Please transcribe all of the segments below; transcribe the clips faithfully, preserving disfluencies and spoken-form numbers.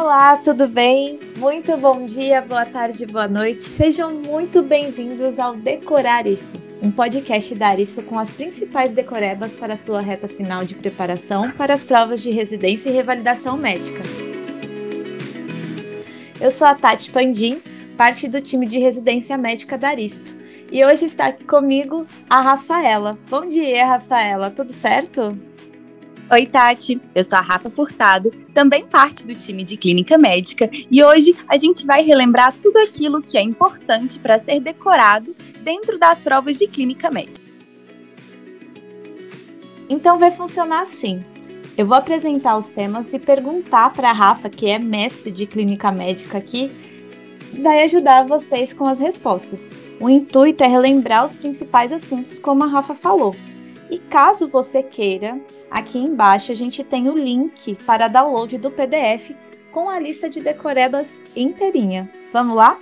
Olá, tudo bem? Muito bom dia, boa tarde, boa noite. Sejam muito bem-vindos ao Decorar Isso, um podcast da Aristo com as principais decorebas para a sua reta final de preparação para as provas de residência e revalidação médica. Eu sou a Tati Pandim, parte do time de residência médica da Aristo. E hoje está aqui comigo a Rafaela. Bom dia, Rafaela, tudo certo? Oi, Tati, eu sou a Rafa Furtado, também parte do time de clínica médica, e hoje a gente vai relembrar tudo aquilo que é importante para ser decorado dentro das provas de clínica médica. Então vai funcionar assim. Eu vou apresentar os temas e perguntar para a Rafa, que é mestre de clínica médica aqui, vai ajudar vocês com as respostas. O intuito é relembrar os principais assuntos, como a Rafa falou. E caso você queira, aqui embaixo a gente tem o link para download do P D F com a lista de decorebas inteirinha. Vamos lá?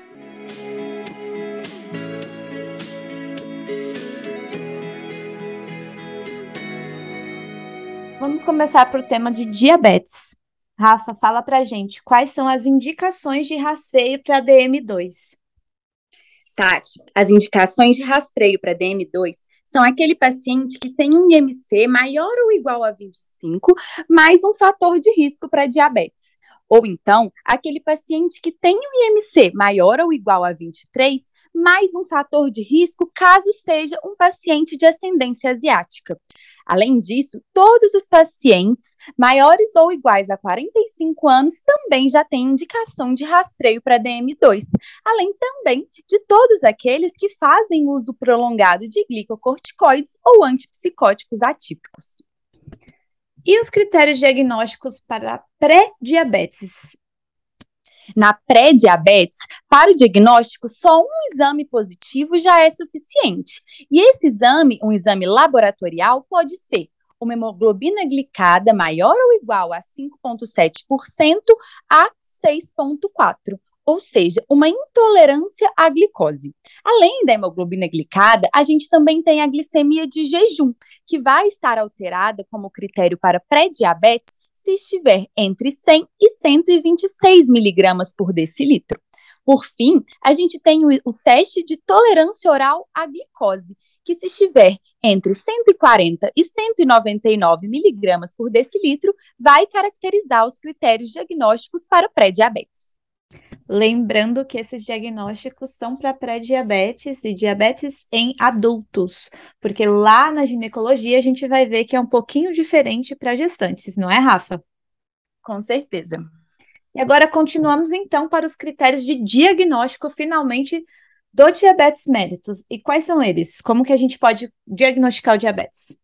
Vamos começar por tema de diabetes. Rafa, fala pra gente quais são as indicações de rastreio para D M dois. Tati, as indicações de rastreio para D M dois são aquele paciente que tem um I M C maior ou igual a vinte e cinco, mais um fator de risco para diabetes. Ou então, aquele paciente que tem um I M C maior ou igual a vinte e três, mais um fator de risco caso seja um paciente de ascendência asiática. Além disso, todos os pacientes maiores ou iguais a quarenta e cinco anos também já têm indicação de rastreio para D M dois, além também de todos aqueles que fazem uso prolongado de glicocorticoides ou antipsicóticos atípicos. E os critérios diagnósticos para pré-diabetes? Na pré-diabetes, para o diagnóstico, só um exame positivo já é suficiente. E esse exame, um exame laboratorial, pode ser uma hemoglobina glicada maior ou igual a cinco vírgula sete por cento a seis vírgula quatro por cento, ou seja, uma intolerância à glicose. Além da hemoglobina glicada, a gente também tem a glicemia de jejum, que vai estar alterada como critério para pré-diabetes se estiver entre cem e cento e vinte e seis miligramas por decilitro. Por fim, a gente tem o, o teste de tolerância oral à glicose, que se estiver entre cento e quarenta e cento e noventa e nove miligramas por decilitro, vai caracterizar os critérios diagnósticos para pré-diabetes. Lembrando que esses diagnósticos são para pré-diabetes e diabetes em adultos, porque lá na ginecologia a gente vai ver que é um pouquinho diferente para gestantes, não é, Rafa? Com certeza. E agora continuamos então para os critérios de diagnóstico, finalmente, do diabetes mellitus. E quais são eles? Como que a gente pode diagnosticar o diabetes?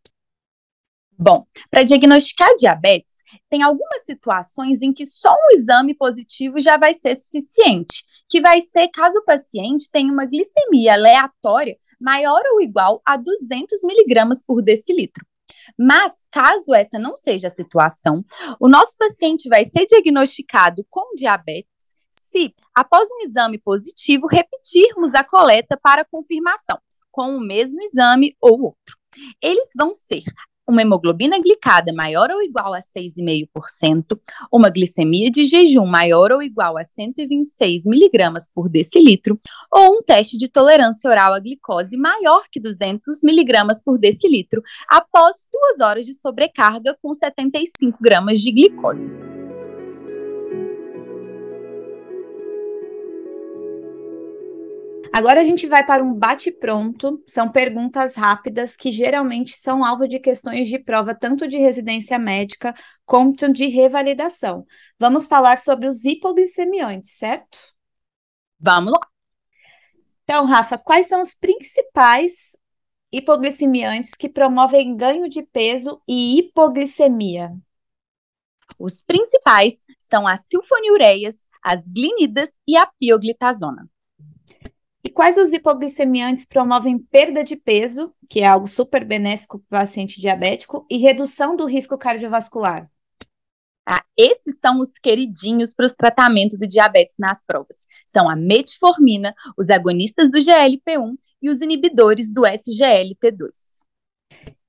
Bom, para diagnosticar diabetes, tem algumas situações em que só um exame positivo já vai ser suficiente, que vai ser caso o paciente tenha uma glicemia aleatória maior ou igual a duzentos miligramas por decilitro. Mas, caso essa não seja a situação, o nosso paciente vai ser diagnosticado com diabetes se, após um exame positivo, repetirmos a coleta para confirmação, com o mesmo exame ou outro. Eles vão ser uma hemoglobina glicada maior ou igual a seis vírgula cinco por cento, uma glicemia de jejum maior ou igual a cento e vinte e seis miligramas por decilitro, ou um teste de tolerância oral à glicose maior que duzentos miligramas por decilitro, após duas horas de sobrecarga com setenta e cinco gramas de glicose. Agora a gente vai para um bate-pronto, são perguntas rápidas que geralmente são alvo de questões de prova tanto de residência médica quanto de revalidação. Vamos falar sobre os hipoglicemiantes, certo? Vamos lá! Então, Rafa, quais são os principais hipoglicemiantes que promovem ganho de peso e hipoglicemia? Os principais são as sulfonilureias, as glinidas e a pioglitazona. E quais os hipoglicemiantes promovem perda de peso, que é algo super benéfico para o paciente diabético, e redução do risco cardiovascular? Ah, esses são os queridinhos para os tratamentos do diabetes nas provas. São a metformina, os agonistas do G L P um e os inibidores do S G L T dois.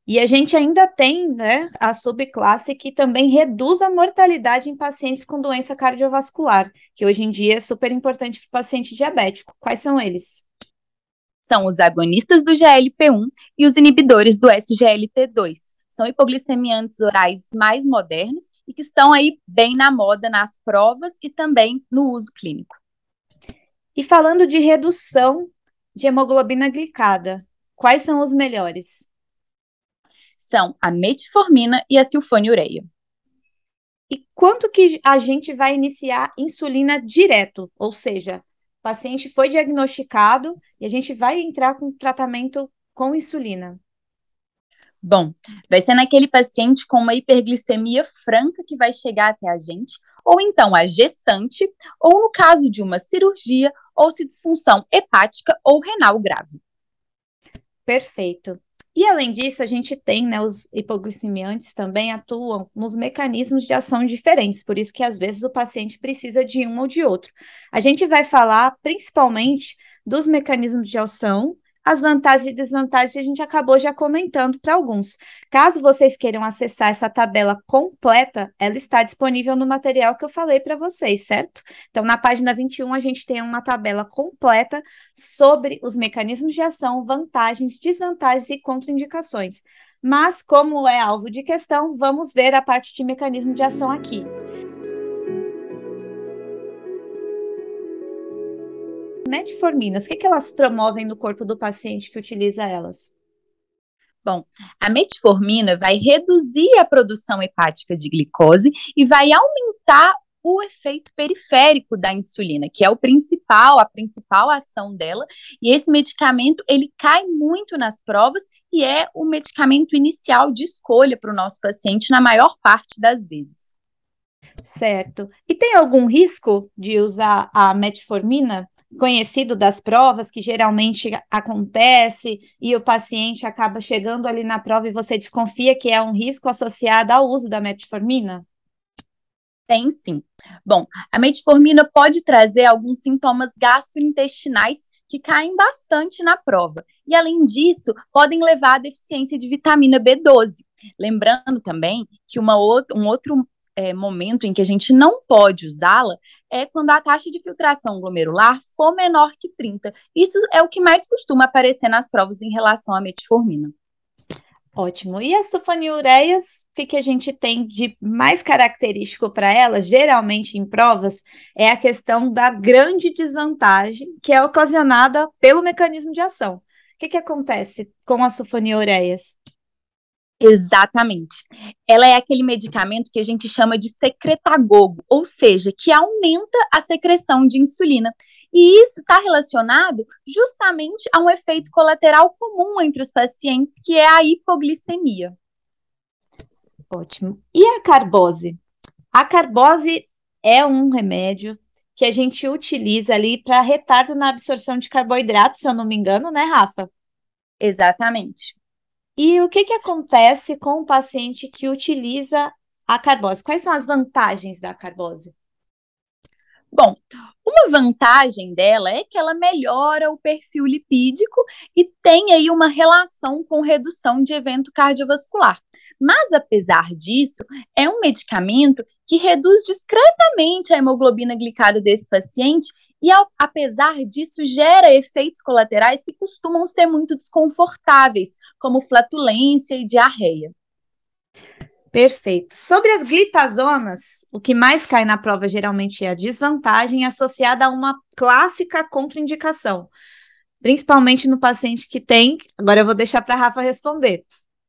E a gente ainda tem, né, a subclasse que também reduz a mortalidade em pacientes com doença cardiovascular, que hoje em dia é super importante para o paciente diabético. Quais são eles? São os agonistas do G L P um e os inibidores do S G L T dois. São hipoglicemiantes orais mais modernos e que estão aí bem na moda nas provas e também no uso clínico. E falando de redução de hemoglobina glicada, quais são os melhores? São a metformina e a sulfonilureia. E quanto que a gente vai iniciar insulina direto? Ou seja, o paciente foi diagnosticado e a gente vai entrar com tratamento com insulina. Bom, vai ser naquele paciente com uma hiperglicemia franca que vai chegar até a gente, ou então a gestante, ou no caso de uma cirurgia, ou se disfunção hepática ou renal grave. Perfeito. E além disso, a gente tem, né, os hipoglicemiantes também atuam nos mecanismos de ação diferentes, por isso que às vezes o paciente precisa de um ou de outro. A gente vai falar principalmente dos mecanismos de ação, as vantagens e desvantagens a gente acabou já comentando para alguns. Caso vocês queiram acessar essa tabela completa, ela está disponível no material que eu falei para vocês, certo? Então, na página vinte e um, a gente tem uma tabela completa sobre os mecanismos de ação, vantagens, desvantagens e contraindicações. Mas, como é alvo de questão, vamos ver a parte de mecanismo de ação aqui. Metforminas, o que, que elas promovem no corpo do paciente que utiliza elas? Bom, a metformina vai reduzir a produção hepática de glicose e vai aumentar o efeito periférico da insulina, que é o principal, a principal ação dela, e esse medicamento, ele cai muito nas provas e é o medicamento inicial de escolha para o nosso paciente na maior parte das vezes. Certo. E tem algum risco de usar a metformina, conhecido das provas, que geralmente acontece e o paciente acaba chegando ali na prova e você desconfia que é um risco associado ao uso da metformina? Tem sim. Bom, a metformina pode trazer alguns sintomas gastrointestinais que caem bastante na prova. E, além disso, podem levar à deficiência de vitamina B doze. Lembrando também que uma outra, um outro é, momento em que a gente não pode usá-la é quando a taxa de filtração glomerular for menor que trinta. Isso é o que mais costuma aparecer nas provas em relação à metformina. Ótimo. E as sulfonilureias, o que, que a gente tem de mais característico para elas, geralmente em provas, é a questão da grande desvantagem que é ocasionada pelo mecanismo de ação. O que, que acontece com as sulfonilureias? Exatamente. Ela é aquele medicamento que a gente chama de secretagogo, ou seja, que aumenta a secreção de insulina. E isso está relacionado justamente a um efeito colateral comum entre os pacientes, que é a hipoglicemia. Ótimo. E a carbose? A carbose é um remédio que a gente utiliza ali para retardo na absorção de carboidratos, se eu não me engano, né, Rafa? Exatamente. E o que que acontece com o paciente que utiliza a carbose? Quais são as vantagens da carbose? Bom, uma vantagem dela é que ela melhora o perfil lipídico e tem aí uma relação com redução de evento cardiovascular. Mas, apesar disso, é um medicamento que reduz discretamente a hemoglobina glicada desse paciente e, ao, apesar disso, gera efeitos colaterais que costumam ser muito desconfortáveis, como flatulência e diarreia. Perfeito. Sobre as glitazonas, o que mais cai na prova geralmente é a desvantagem associada a uma clássica contraindicação, principalmente no paciente que tem. Agora eu vou deixar para a Rafa responder.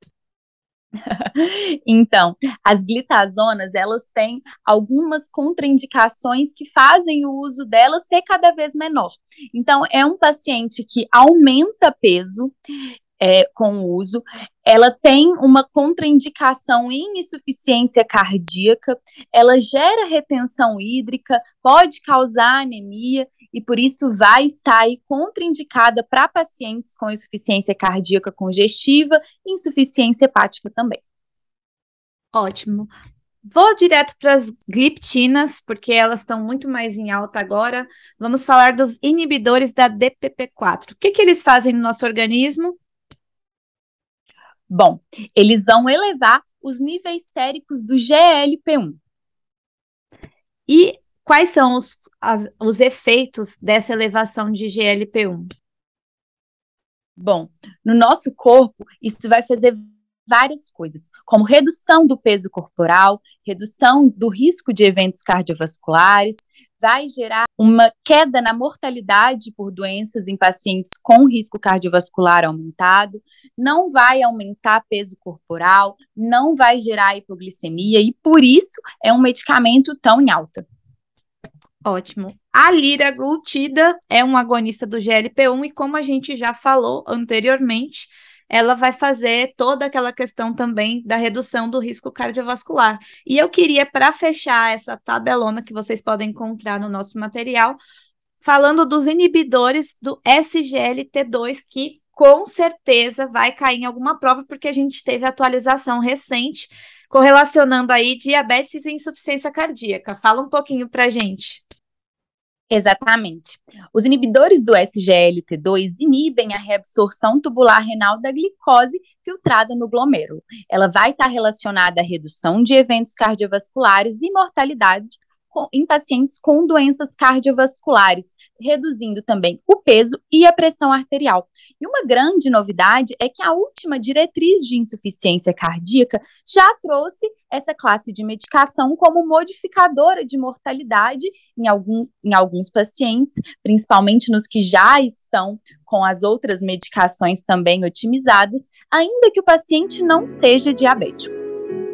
Então, as glitazonas, elas têm algumas contraindicações que fazem o uso delas ser cada vez menor. Então, é um paciente que aumenta peso é, com o uso, ela tem uma contraindicação em insuficiência cardíaca, ela gera retenção hídrica, pode causar anemia e por isso vai estar aí contraindicada para pacientes com insuficiência cardíaca congestiva e insuficiência hepática também. Ótimo. Vou direto para as gliptinas, porque elas estão muito mais em alta agora. Vamos falar dos inibidores da D P P quatro. O que que eles fazem no nosso organismo? Bom, eles vão elevar os níveis séricos do G L P um. E quais são os, as, os efeitos dessa elevação de G L P um? Bom, no nosso corpo, isso vai fazer várias coisas, como redução do peso corporal, redução do risco de eventos cardiovasculares, vai gerar uma queda na mortalidade por doenças em pacientes com risco cardiovascular aumentado, não vai aumentar peso corporal, não vai gerar hipoglicemia e, por isso, é um medicamento tão em alta. Ótimo. A liraglutida é um agonista do G L P um e, como a gente já falou anteriormente, ela vai fazer toda aquela questão também da redução do risco cardiovascular. E eu queria, para fechar essa tabelona que vocês podem encontrar no nosso material, falando dos inibidores do S G L T dois, que com certeza vai cair em alguma prova, porque a gente teve atualização recente correlacionando aí diabetes e insuficiência cardíaca. Fala um pouquinho para a gente. Exatamente. Os inibidores do S G L T dois inibem a reabsorção tubular renal da glicose filtrada no glomêrulo. Ela vai estar relacionada à redução de eventos cardiovasculares e mortalidade com, em pacientes com doenças cardiovasculares, reduzindo também o peso e a pressão arterial. E uma grande novidade é que a última diretriz de insuficiência cardíaca já trouxe essa classe de medicação como modificadora de mortalidade em, algum, em alguns pacientes, principalmente nos que já estão com as outras medicações também otimizadas, ainda que o paciente não seja diabético.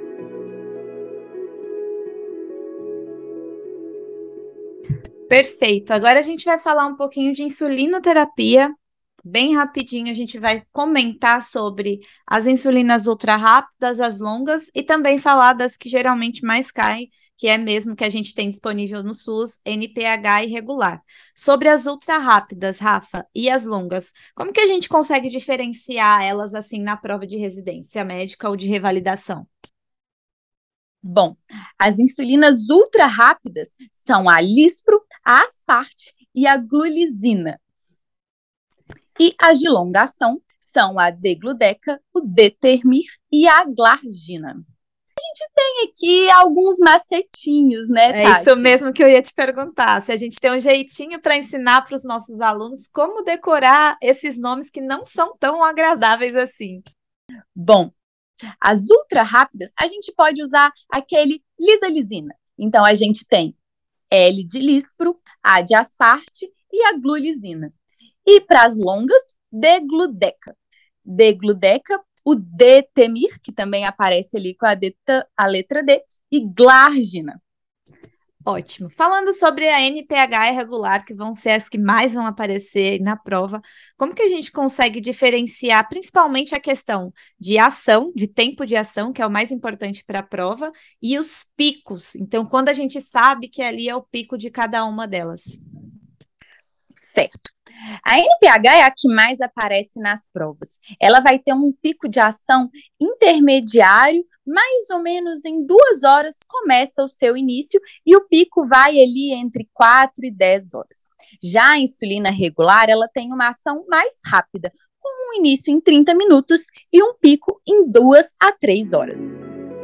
Perfeito. Agora a gente vai falar um pouquinho de insulinoterapia. Bem rapidinho, a gente vai comentar sobre as insulinas ultra rápidas, as longas, e também falar das que geralmente mais caem, que é mesmo que a gente tem disponível no SUS, N P H e regular. Sobre as ultra rápidas, Rafa, e as longas, como que a gente consegue diferenciar elas assim na prova de residência médica ou de revalidação? Bom, as insulinas ultra rápidas são a Lispro, a Asparte e a Glulizina. E as de longa ação são a Degludeca, o Determir e a Glargina. A gente tem aqui alguns macetinhos, né, Tati? É isso mesmo que eu ia te perguntar. Se a gente tem um jeitinho para ensinar para os nossos alunos como decorar esses nomes que não são tão agradáveis assim. Bom, as ultra rápidas, a gente pode usar aquele lisalizina. Então, a gente tem L de Lispro, A de Asparte e a Glulizina. E para as longas, Degludeca. Degludeca, o Detemir, que também aparece ali com a, deta, a letra D, e Glargina. Ótimo. Falando sobre a N P H irregular, que vão ser as que mais vão aparecer na prova, como que a gente consegue diferenciar principalmente a questão de ação, de tempo de ação, que é o mais importante para a prova, e os picos? Então, quando a gente sabe que ali é o pico de cada uma delas. Certo. A N P H é a que mais aparece nas provas. Ela vai ter um pico de ação intermediário, mais ou menos em duas horas começa o seu início e o pico vai ali entre quatro e dez horas. Já a insulina regular, ela tem uma ação mais rápida, com um início em trinta minutos e um pico em duas a três horas.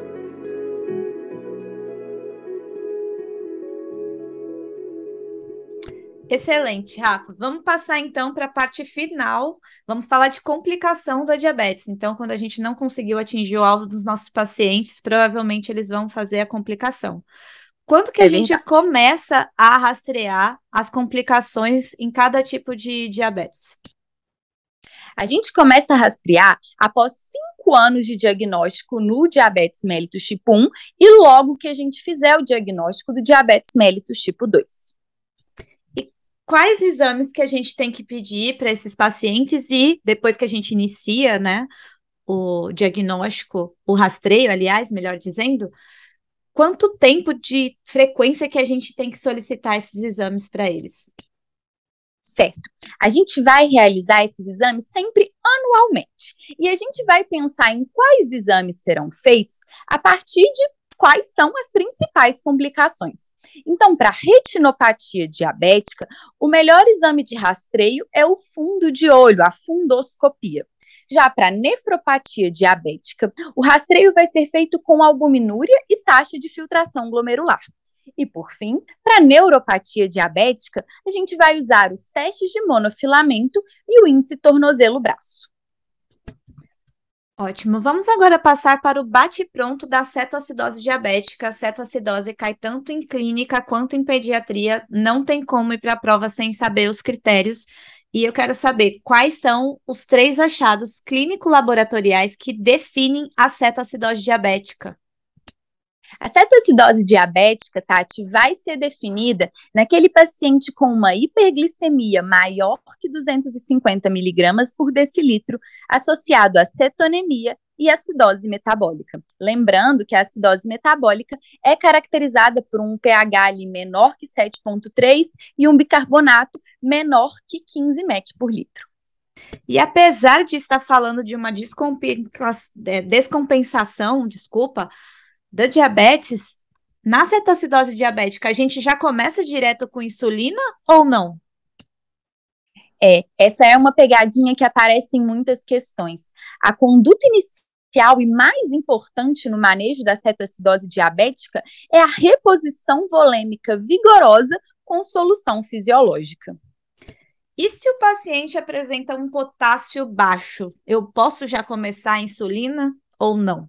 Excelente, Rafa. Vamos passar então para a parte final. Vamos falar de complicação da diabetes. Então, quando a gente não conseguiu atingir o alvo dos nossos pacientes, provavelmente eles vão fazer a complicação. Quando que é a gente verdade. começa a rastrear as complicações em cada tipo de diabetes? A gente começa a rastrear após cinco anos de diagnóstico no diabetes mellitus tipo um e logo que a gente fizer o diagnóstico do diabetes mellitus tipo dois. Quais exames que a gente tem que pedir para esses pacientes e depois que a gente inicia, né, o diagnóstico, o rastreio, aliás, melhor dizendo, quanto tempo de frequência que a gente tem que solicitar esses exames para eles? Certo. A gente vai realizar esses exames sempre anualmente. E a gente vai pensar em quais exames serão feitos a partir de quais são as principais complicações. Então, para retinopatia diabética, o melhor exame de rastreio é o fundo de olho, a fundoscopia. Já para nefropatia diabética, o rastreio vai ser feito com albuminúria e taxa de filtração glomerular. E, por fim, para neuropatia diabética, a gente vai usar os testes de monofilamento e o índice tornozelo-braço. Ótimo. Vamos agora passar para o bate-pronto da cetoacidose diabética. A cetoacidose cai tanto em clínica quanto em pediatria. Não tem como ir para a prova sem saber os critérios. E eu quero saber quais são os três achados clínico-laboratoriais que definem a cetoacidose diabética. A cetoacidose diabética, Tati, vai ser definida naquele paciente com uma hiperglicemia maior que duzentos e cinquenta miligramas por decilitro, associado a cetonemia e acidose metabólica. Lembrando que a acidose metabólica é caracterizada por um pH ali menor que sete vírgula três e um bicarbonato menor que quinze mEq por litro. E apesar de estar falando de uma descompensação, desculpa, da diabetes, na cetoacidose diabética, a gente já começa direto com insulina ou não? É, essa é uma pegadinha que aparece em muitas questões. A conduta inicial e mais importante no manejo da cetoacidose diabética é a reposição volêmica vigorosa com solução fisiológica. E se o paciente apresenta um potássio baixo, eu posso já começar a insulina ou não?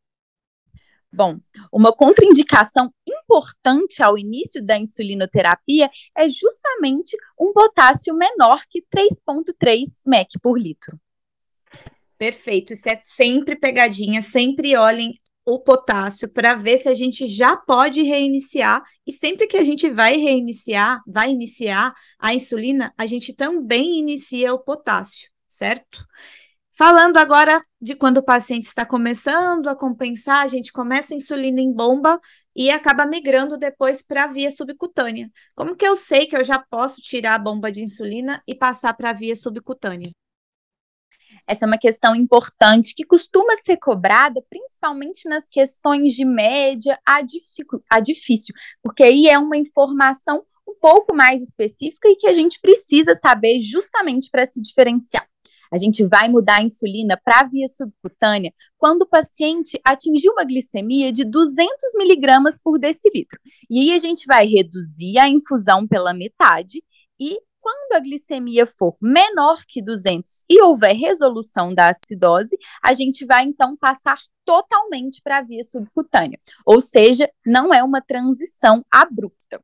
Bom, uma contraindicação importante ao início da insulinoterapia é justamente um potássio menor que três vírgula três mEq por litro. Perfeito, isso é sempre pegadinha, sempre olhem o potássio para ver se a gente já pode reiniciar, e sempre que a gente vai reiniciar, vai iniciar a insulina, a gente também inicia o potássio, certo? Falando agora de quando o paciente está começando a compensar, a gente começa a insulina em bomba e acaba migrando depois para a via subcutânea. Como que eu sei que eu já posso tirar a bomba de insulina e passar para a via subcutânea? Essa é uma questão importante que costuma ser cobrada, principalmente nas questões de média a, a difícil, porque aí é uma informação um pouco mais específica e que a gente precisa saber justamente para se diferenciar. A gente vai mudar a insulina para a via subcutânea quando o paciente atingiu uma glicemia de duzentos miligramas por decilitro. E aí a gente vai reduzir a infusão pela metade e quando a glicemia for menor que duzentos e houver resolução da acidose, a gente vai então passar totalmente para a via subcutânea. Ou seja, não é uma transição abrupta.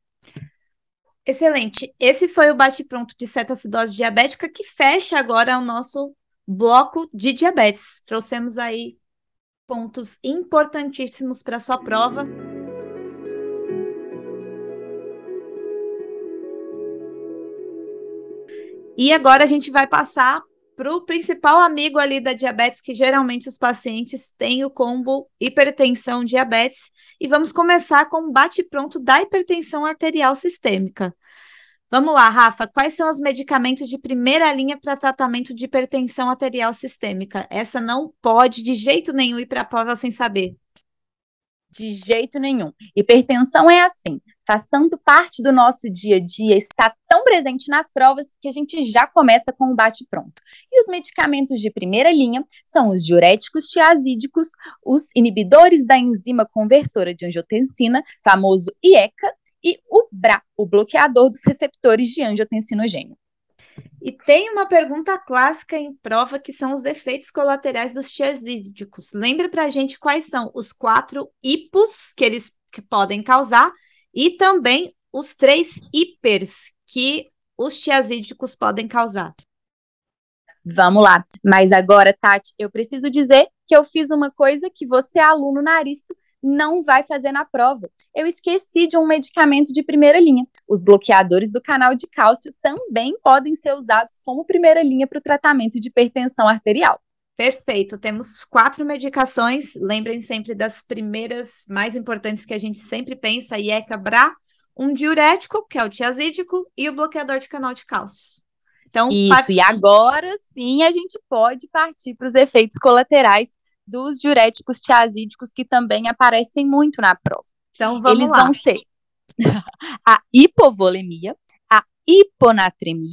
Excelente. Esse foi o bate-pronto de cetoacidose diabética que fecha agora o nosso bloco de diabetes. Trouxemos aí pontos importantíssimos para a sua prova. E agora a gente vai passar para o principal amigo ali da diabetes, que geralmente os pacientes têm o combo hipertensão diabetes. E vamos começar com o bate-pronto da hipertensão arterial sistêmica. Vamos lá, Rafa, quais são os medicamentos de primeira linha para tratamento de hipertensão arterial sistêmica? Essa não pode de jeito nenhum ir para a prova sem saber. De jeito nenhum. Hipertensão é assim, faz tanto parte do nosso dia a dia, está tão presente nas provas que a gente já começa com o bate-pronto. E os medicamentos de primeira linha são os diuréticos tiazídicos, os inibidores da enzima conversora de angiotensina, famoso I E C A, e o B R A, o bloqueador dos receptores de angiotensinogênio. E tem uma pergunta clássica em prova que são os efeitos colaterais dos tiazídicos. Lembra pra gente quais são os quatro hipos que eles que podem causar e também os três hipers que os tiazídicos podem causar. Vamos lá, mas agora, Tati, eu preciso dizer que eu fiz uma coisa que você, aluno naristo, não vai fazer na prova. Eu esqueci de um medicamento de primeira linha. Os bloqueadores do canal de cálcio também podem ser usados como primeira linha para o tratamento de hipertensão arterial. Perfeito, temos quatro medicações, lembrem sempre das primeiras mais importantes que a gente sempre pensa, I E C A, B R A, um diurético, que é o tiazídico, e o bloqueador de canal de cálcio. Então, Isso, part... e agora sim a gente pode partir para os efeitos colaterais dos diuréticos tiazídicos que também aparecem muito na prova. Então, vamos Eles lá. vão ser a hipovolemia, a hiponatremia,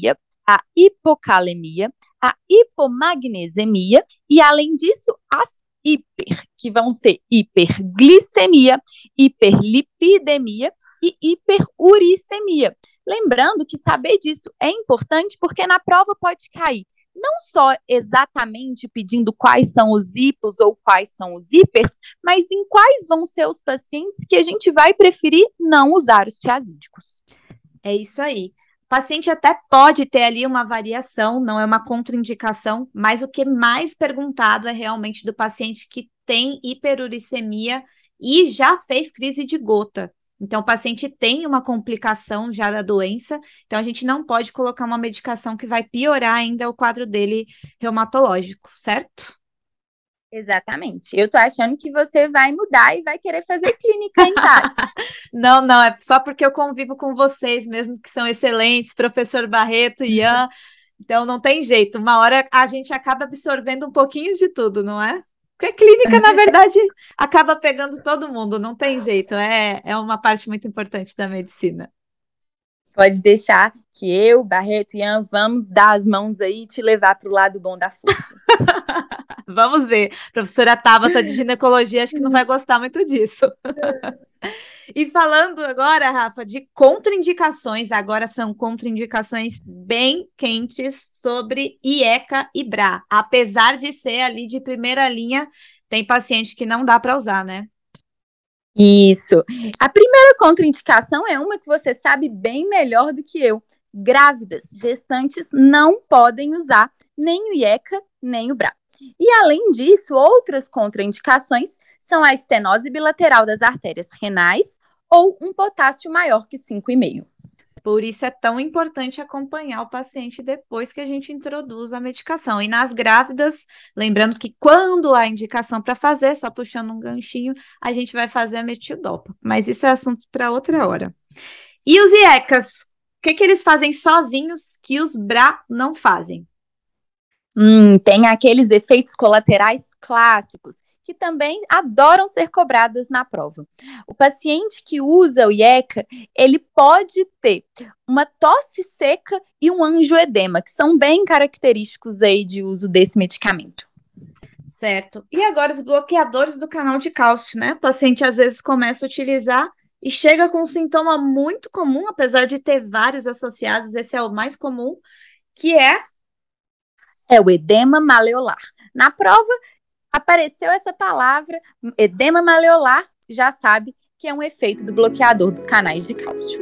a hipocalemia, a hipomagnesemia e, além disso, as hiper, que vão ser hiperglicemia, hiperlipidemia e hiperuricemia. Lembrando que saber disso é importante porque na prova pode cair não só exatamente pedindo quais são os hipos ou quais são os hipers, mas em quais vão ser os pacientes que a gente vai preferir não usar os tiazídicos. É isso aí. O paciente até pode ter ali uma variação, não é uma contraindicação, mas o que mais perguntado é realmente do paciente que tem hiperuricemia e já fez crise de gota. Então, o paciente tem uma complicação já da doença, então a gente não pode colocar uma medicação que vai piorar ainda o quadro dele reumatológico, certo? Exatamente. Eu tô achando que você vai mudar e vai querer fazer clínica em Tati. Não, não, é só porque eu convivo com vocês mesmo, que são excelentes, professor Barreto, Ian, então não tem jeito, uma hora a gente acaba absorvendo um pouquinho de tudo, não é? Porque a clínica, na verdade, acaba pegando todo mundo, não tem jeito, é, é uma parte muito importante da medicina. Pode deixar que eu, Barreto e Ian, vamos dar as mãos aí e te levar para o lado bom da força. Vamos ver. Professora Tabata de ginecologia, acho que não vai gostar muito disso. E falando agora, Rafa, de contraindicações, agora são contraindicações bem quentes sobre IECA e B R A. Apesar de ser ali de primeira linha, tem paciente que não dá para usar, né? Isso. A primeira contraindicação é uma que você sabe bem melhor do que eu. Grávidas, gestantes não podem usar nem o IECA, nem o B R A. E, além disso, outras contraindicações são a estenose bilateral das artérias renais ou um potássio maior que cinco vírgula cinco. Por isso é tão importante acompanhar o paciente depois que a gente introduz a medicação. E nas grávidas, lembrando que quando há indicação para fazer, só puxando um ganchinho, a gente vai fazer a metildopa. Mas isso é assunto para outra hora. E os IECAs, o que, que eles fazem sozinhos que os B R A não fazem? Hum, tem aqueles efeitos colaterais clássicos que também adoram ser cobradas na prova. O paciente que usa o IECA, ele pode ter uma tosse seca e um angioedema, que são bem característicos aí de uso desse medicamento. Certo. E agora os bloqueadores do canal de cálcio, né? O paciente às vezes começa a utilizar e chega com um sintoma muito comum, apesar de ter vários associados, esse é o mais comum, que é É o edema maleolar. Na prova, apareceu essa palavra, edema maleolar, já sabe que é um efeito do bloqueador dos canais de cálcio.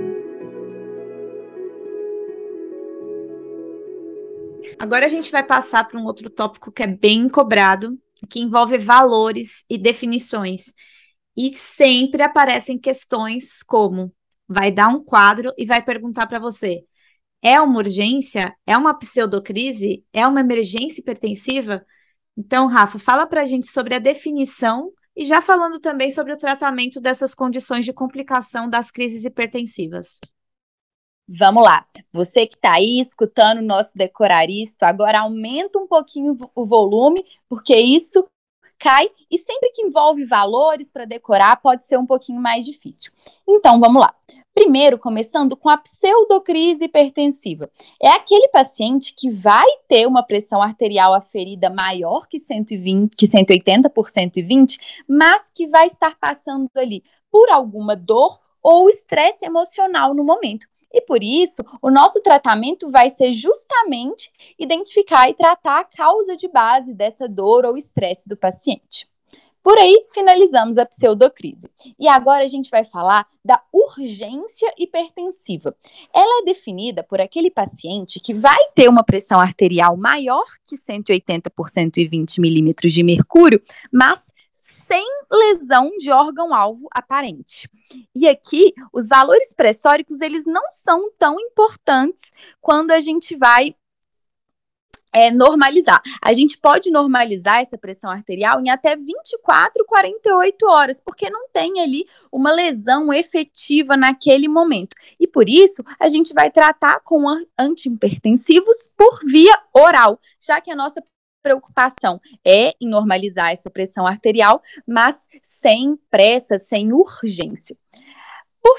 Agora a gente vai passar para um outro tópico que é bem cobrado, que envolve valores e definições. E sempre aparecem questões como, vai dar um quadro e vai perguntar para você, é uma urgência? É uma pseudocrise? É uma emergência hipertensiva? Então, Rafa, fala para a gente sobre a definição e já falando também sobre o tratamento dessas condições de complicação das crises hipertensivas. Vamos lá, você que está aí escutando o nosso decoraristo, agora aumenta um pouquinho o volume, porque isso cai, e sempre que envolve valores para decorar, pode ser um pouquinho mais difícil. Então, vamos lá. Primeiro, começando com a pseudocrise hipertensiva. É aquele paciente que vai ter uma pressão arterial aferida maior que cento e vinte, que cento e oitenta por cento e vinte, mas que vai estar passando ali por alguma dor ou estresse emocional no momento. E por isso, o nosso tratamento vai ser justamente identificar e tratar a causa de base dessa dor ou estresse do paciente. Por aí, finalizamos a pseudocrise. E agora a gente vai falar da urgência hipertensiva. Ela é definida por aquele paciente que vai ter uma pressão arterial maior que cento e oitenta por cento e vinte milímetros de mercúrio, mas sem lesão de órgão-alvo aparente. E aqui, os valores pressóricos, eles não são tão importantes quando a gente vai É, normalizar. A gente pode normalizar essa pressão arterial em até vinte e quatro, quarenta e oito horas, porque não tem ali uma lesão efetiva naquele momento. E por isso, a gente vai tratar com antihipertensivos por via oral, já que a nossa preocupação é em normalizar essa pressão arterial, mas sem pressa, sem urgência. Por fim,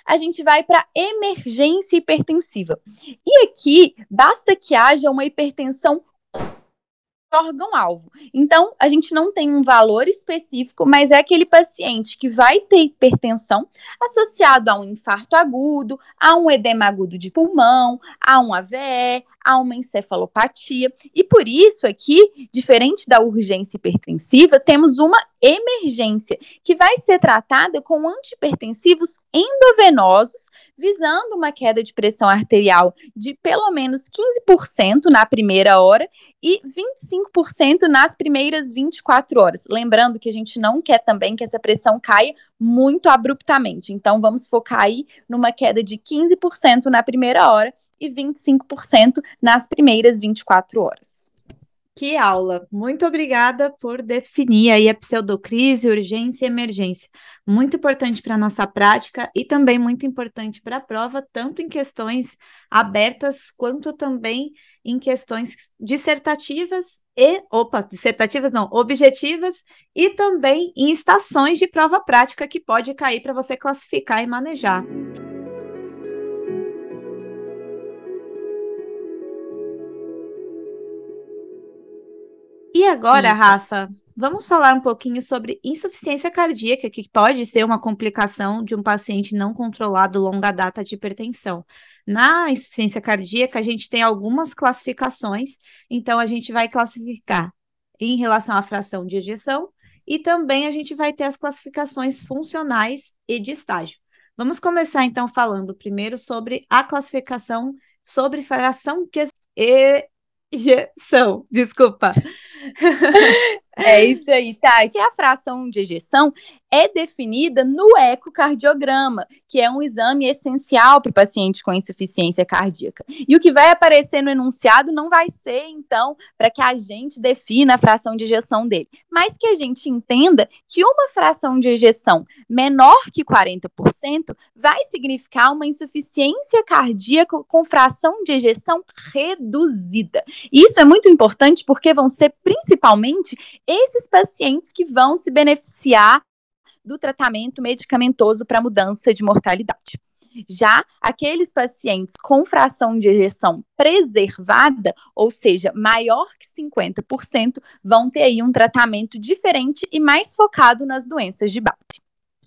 a gente vai para emergência hipertensiva. E aqui, basta que haja uma hipertensão órgão-alvo. Então, a gente não tem um valor específico, mas é aquele paciente que vai ter hipertensão associado a um infarto agudo, a um edema agudo de pulmão, a um A V E, a uma encefalopatia. E por isso aqui, diferente da urgência hipertensiva, temos uma emergência, que vai ser tratada com antihipertensivos endovenosos, visando uma queda de pressão arterial de pelo menos quinze por cento na primeira hora e vinte e cinco por cento nas primeiras vinte e quatro horas. Lembrando que a gente não quer também que essa pressão caia muito abruptamente. Então, vamos focar aí numa queda de quinze por cento na primeira hora e vinte e cinco por cento nas primeiras vinte e quatro horas. Que aula! Muito obrigada por definir aí a pseudocrise, urgência e emergência. Muito importante para a nossa prática e também muito importante para a prova, tanto em questões abertas quanto também em questões dissertativas e, opa, dissertativas não, objetivas e também em estações de prova prática que pode cair para você classificar e manejar. E agora, Isso. Rafa, vamos falar um pouquinho sobre insuficiência cardíaca, que pode ser uma complicação de um paciente não controlado longa data de hipertensão. Na insuficiência cardíaca, a gente tem algumas classificações, então a gente vai classificar em relação à fração de ejeção e também a gente vai ter as classificações funcionais e de estágio. Vamos começar então falando primeiro sobre a classificação sobre fração de ejeção, desculpa. É isso aí, Tati. A fração de ejeção é definida no ecocardiograma, que é um exame essencial para o paciente com insuficiência cardíaca. E o que vai aparecer no enunciado não vai ser, então, para que a gente defina a fração de ejeção dele, mas que a gente entenda que uma fração de ejeção menor que quarenta por cento vai significar uma insuficiência cardíaca com fração de ejeção reduzida. E isso é muito importante porque vão ser principalmente esses pacientes que vão se beneficiar do tratamento medicamentoso para mudança de mortalidade. Já aqueles pacientes com fração de ejeção preservada, ou seja, maior que cinquenta por cento, vão ter aí um tratamento diferente e mais focado nas doenças de base.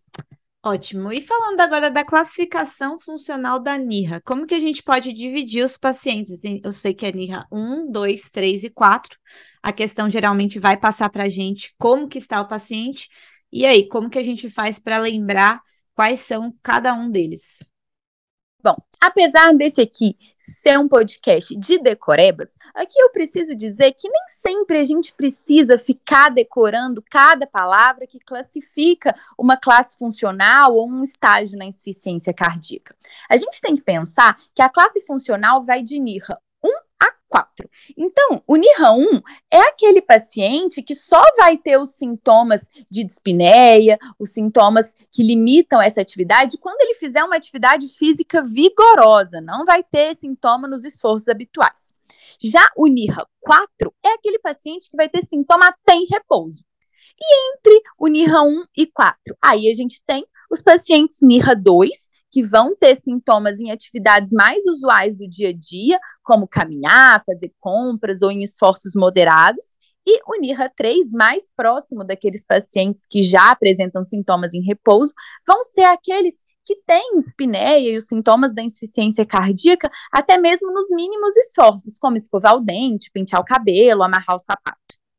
Ótimo. E falando agora da classificação funcional da N I R A, como que a gente pode dividir os pacientes? Eu sei que é N I R A um, dois, três e quatro. A questão geralmente vai passar para a gente como que está o paciente. E aí, como que a gente faz para lembrar quais são cada um deles? Bom, apesar desse aqui ser um podcast de decorebas, aqui eu preciso dizer que nem sempre a gente precisa ficar decorando cada palavra que classifica uma classe funcional ou um estágio na insuficiência cardíaca. A gente tem que pensar que a classe funcional vai de N I R A um a quatro. Então, o N I R A um é aquele paciente que só vai ter os sintomas de dispneia, os sintomas que limitam essa atividade quando ele fizer uma atividade física vigorosa, não vai ter sintoma nos esforços habituais. Já o N I R A quatro é aquele paciente que vai ter sintoma até em repouso. E entre o N I R A um e quatro, aí a gente tem os pacientes N I R A dois, que vão ter sintomas em atividades mais usuais do dia a dia, como caminhar, fazer compras ou em esforços moderados, e o N I R A três, mais próximo daqueles pacientes que já apresentam sintomas em repouso, vão ser aqueles que têm dispneia e os sintomas da insuficiência cardíaca até mesmo nos mínimos esforços, como escovar o dente, pentear o cabelo, amarrar o sapato.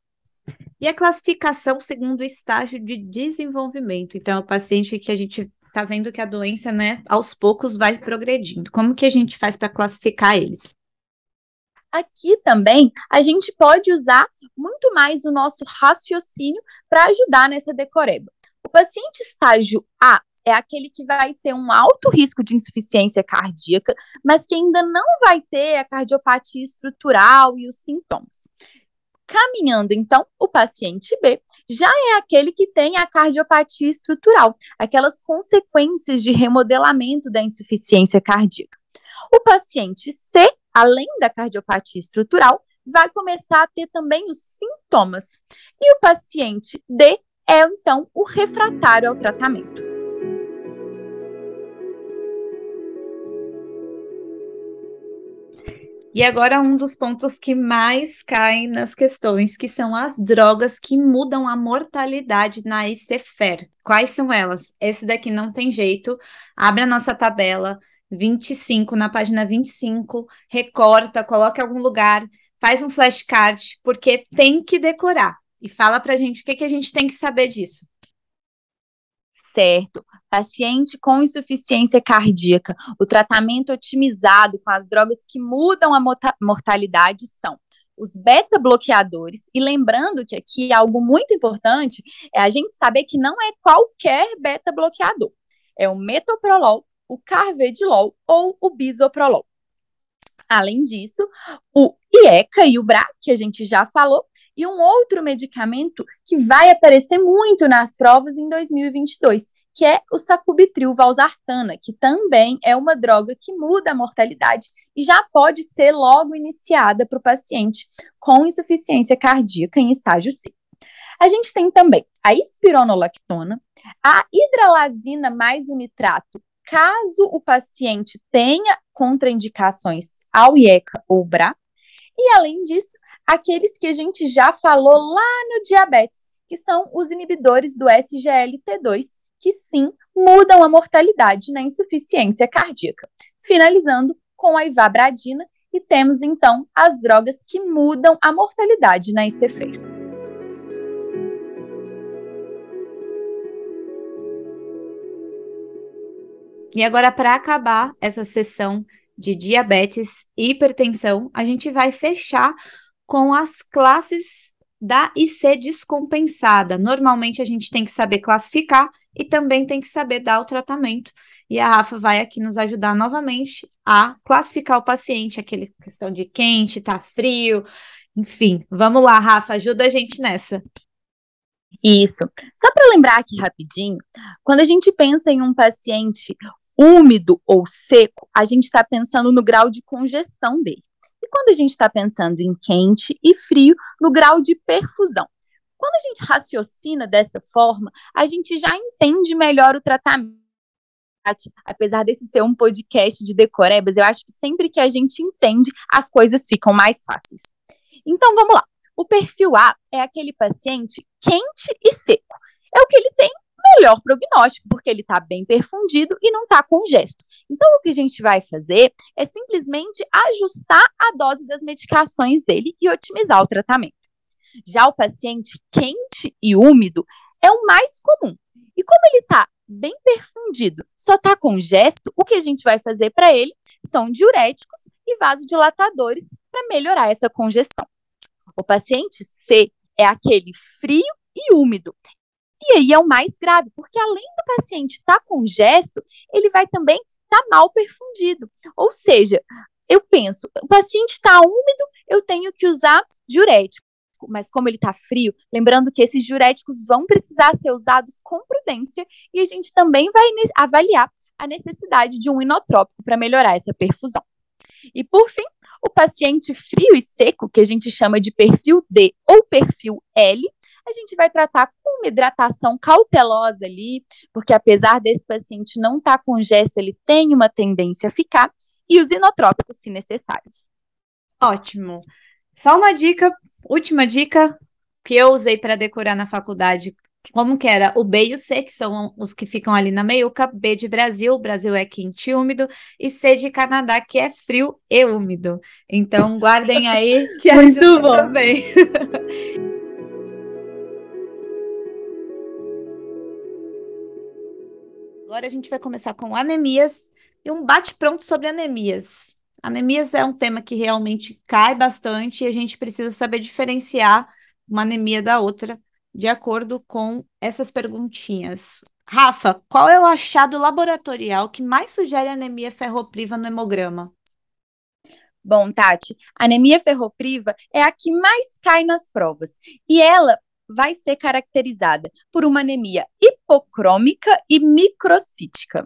E a classificação segundo o estágio de desenvolvimento. Então, é o paciente que a gente está vendo que a doença, né, aos poucos vai progredindo. Como que a gente faz para classificar eles? Aqui também a gente pode usar muito mais o nosso raciocínio para ajudar nessa decoreba. O paciente estágio A é aquele que vai ter um alto risco de insuficiência cardíaca, mas que ainda não vai ter a cardiopatia estrutural e os sintomas. Caminhando, então, o paciente B já é aquele que tem a cardiopatia estrutural, aquelas consequências de remodelamento da insuficiência cardíaca. O paciente C, além da cardiopatia estrutural, vai começar a ter também os sintomas. E o paciente D é, então, o refratário ao tratamento. E agora um dos pontos que mais caem nas questões, que são as drogas que mudam a mortalidade na I C F E R. Quais são elas? Esse daqui não tem jeito. Abre a nossa tabela vinte e cinco, na página vinte e cinco, recorta, coloca em algum lugar, faz um flashcard, porque tem que decorar. E fala pra gente o que, que a gente tem que saber disso. Certo. Paciente com insuficiência cardíaca, o tratamento otimizado com as drogas que mudam a mortalidade são os beta-bloqueadores, e lembrando que aqui algo muito importante é a gente saber que não é qualquer beta-bloqueador, é o metoprolol, o carvedilol ou o bisoprolol. Além disso, o I E C A e o B R A, que a gente já falou, e um outro medicamento que vai aparecer muito nas provas em dois mil e vinte e dois, que é o sacubitril/valsartana, que também é uma droga que muda a mortalidade e já pode ser logo iniciada para o paciente com insuficiência cardíaca em estágio C. A gente tem também a espironolactona, a hidralazina mais o nitrato, caso o paciente tenha contraindicações ao I E C A ou B R A, e além disso, aqueles que a gente já falou lá no diabetes, que são os inibidores do S G L T dois, que sim, mudam a mortalidade na insuficiência cardíaca. Finalizando com a ivabradina, e temos então as drogas que mudam a mortalidade na I C F E R. E agora, para acabar essa sessão de diabetes e hipertensão, a gente vai fechar com as classes da I C descompensada. Normalmente a gente tem que saber classificar e também tem que saber dar o tratamento. E a Rafa vai aqui nos ajudar novamente a classificar o paciente, aquele questão de quente, tá frio, enfim. Vamos lá, Rafa, ajuda a gente nessa. Isso. Só para lembrar aqui rapidinho, quando a gente pensa em um paciente úmido ou seco, a gente está pensando no grau de congestão dele. E quando a gente está pensando em quente e frio, no grau de perfusão. Quando a gente raciocina dessa forma, a gente já entende melhor o tratamento. Apesar desse ser um podcast de decorebas, eu acho que sempre que a gente entende, as coisas ficam mais fáceis. Então, vamos lá. O perfil A é aquele paciente quente e seco. É o que ele tem melhor prognóstico, porque ele está bem perfundido e não está congesto. Então, o que a gente vai fazer é simplesmente ajustar a dose das medicações dele e otimizar o tratamento. Já o paciente quente e úmido é o mais comum. E como ele está bem perfundido, só está congesto, o que a gente vai fazer para ele são diuréticos e vasodilatadores para melhorar essa congestão. O paciente C é aquele frio e úmido. E aí é o mais grave, porque além do paciente estar tá congesto, ele vai também estar tá mal perfundido. Ou seja, eu penso, o paciente está úmido, eu tenho que usar diurético. Mas como ele está frio, lembrando que esses diuréticos vão precisar ser usados com prudência e a gente também vai avaliar a necessidade de um inotrópico para melhorar essa perfusão. E por fim, o paciente frio e seco, que a gente chama de perfil D ou perfil L, a gente vai tratar com uma hidratação cautelosa ali, porque apesar desse paciente não estar tá congesto, ele tem uma tendência a ficar, e os inotrópicos, se necessários. Ótimo. Só uma dica, última dica, que eu usei para decorar na faculdade, como que era? O B e o C, que são os que ficam ali na meiuca. B de Brasil, Brasil é quente e úmido, e C de Canadá, que é frio e úmido. Então, guardem aí, que ajuda bom. Também. Agora a gente vai começar com anemias e um bate-pronto sobre anemias. Anemias é um tema que realmente cai bastante e a gente precisa saber diferenciar uma anemia da outra de acordo com essas perguntinhas. Rafa, qual é o achado laboratorial que mais sugere anemia ferropriva no hemograma? Bom, Tati, a anemia ferropriva é a que mais cai nas provas e ela vai ser caracterizada por uma anemia hipocrômica e microcítica.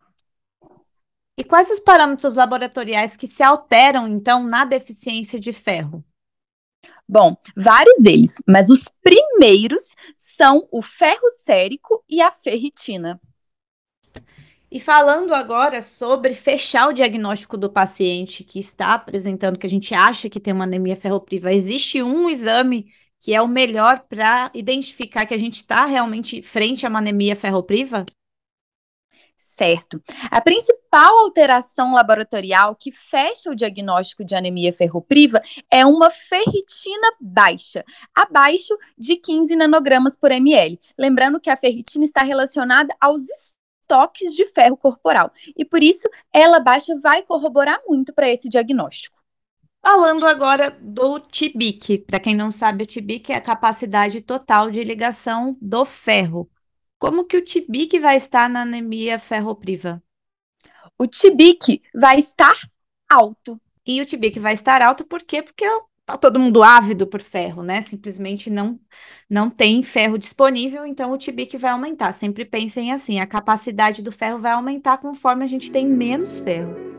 E quais os parâmetros laboratoriais que se alteram, então, na deficiência de ferro? Bom, vários eles, mas os primeiros são o ferro sérico e a ferritina. E falando agora sobre fechar o diagnóstico do paciente que está apresentando, que a gente acha que tem uma anemia ferropriva, existe um exame que é o melhor para identificar que a gente está realmente frente a uma anemia ferropriva? Certo. A principal alteração laboratorial que fecha o diagnóstico de anemia ferropriva é uma ferritina baixa, abaixo de quinze nanogramas por ml. Lembrando que a ferritina está relacionada aos estoques de ferro corporal e por isso ela baixa vai corroborar muito para esse diagnóstico. Falando agora do T B I C, para quem não sabe, o T B I C é a capacidade total de ligação do ferro. Como que o T B I C vai estar na anemia ferropriva? O T B I C vai estar alto. E o T B I C vai estar alto por quê? Porque tá todo mundo ávido por ferro, né? Simplesmente não, não tem ferro disponível, então o T B I C vai aumentar. Sempre pensem assim, a capacidade do ferro vai aumentar conforme a gente tem menos ferro.